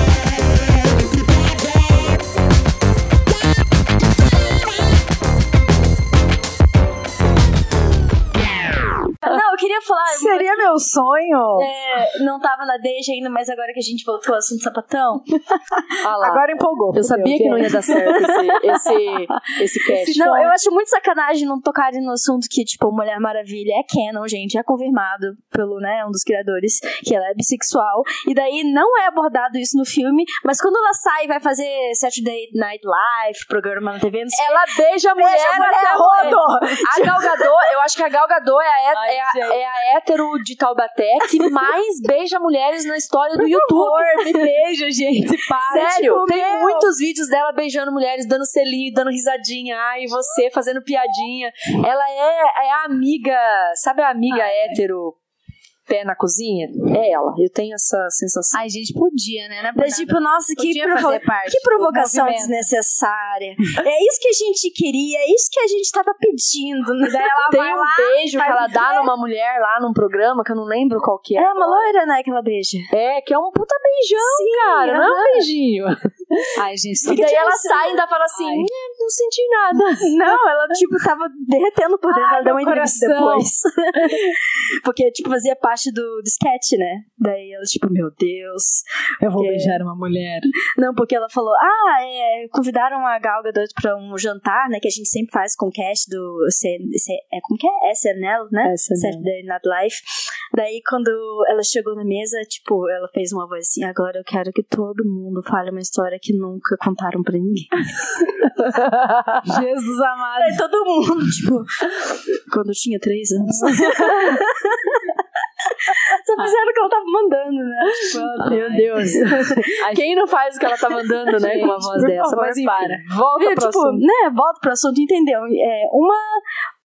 Não, eu queria falar... Seria meu sonho. É, não tava na deixa ainda, mas agora que a gente voltou ao assunto sapatão... Agora empolgou. Eu sabia Deus, que não ia dar certo esse, esse, esse cast. Não, eu acho muito sacanagem não tocarem no assunto que, tipo, Mulher Maravilha é canon, gente. É confirmado pelo, né, um dos criadores, que ela é bissexual. E daí não é abordado isso no filme, mas quando ela sai e vai fazer Saturday Night Live, programa na T V... Ela beija a mulher, beija a mulher rodo. A Gal Gadot, eu acho que a Gal Gadot é a, Ai, é a, é a hétero de Taubaté que mais beija mulheres na história do Por YouTube. Favor, me beija, gente. Para, Sério, tipo, tem meu. muitos vídeos dela beijando mulheres, dando selinho, dando risadinha. Ai, você fazendo piadinha. Ela é, é a amiga, sabe a amiga Ai, hétero... pé na cozinha, é ela. Eu tenho essa sensação. Ai, gente, podia, né? Mas, tipo, nossa, que, provo que provocação desnecessária. É isso que a gente queria, é isso que a gente tava pedindo. Né? Daí ela tem vai um lá, beijo que ela dá numa mulher lá num programa que eu não lembro qual que é. É uma loira, né, que ela beija. É, que é um puta beijão, Sim, cara. Não é um beijinho. Ai, gente. E daí ela sai e ainda fala assim, não senti nada. Não, ela, tipo, tava derretendo por dentro. Ai, ela deu uma entrevista depois. Porque, tipo, fazia parte Do, do sketch, né? Daí ela, tipo, meu Deus, eu vou é... beijar uma mulher. Não, porque ela falou, ah, é, convidaram a Gal Gadot pra um jantar, né? Que a gente sempre faz com o cast do C, C, é, como que é? S N L, né? S N L. Saturday Night Live. Daí, quando ela chegou na mesa, tipo, ela fez uma voz assim, agora eu quero que todo mundo fale uma história que nunca contaram pra ninguém. Jesus amado. Daí todo mundo, tipo, quando eu tinha três anos. Só fizeram o que ela tava mandando, né? Tipo, ela... Meu Deus. Quem não faz o que ela tá mandando, né? Com uma voz dessa. Favor, mas enfim, para. Volta e, pro tipo, assunto. Né, volta pro assunto, entendeu? É, uma...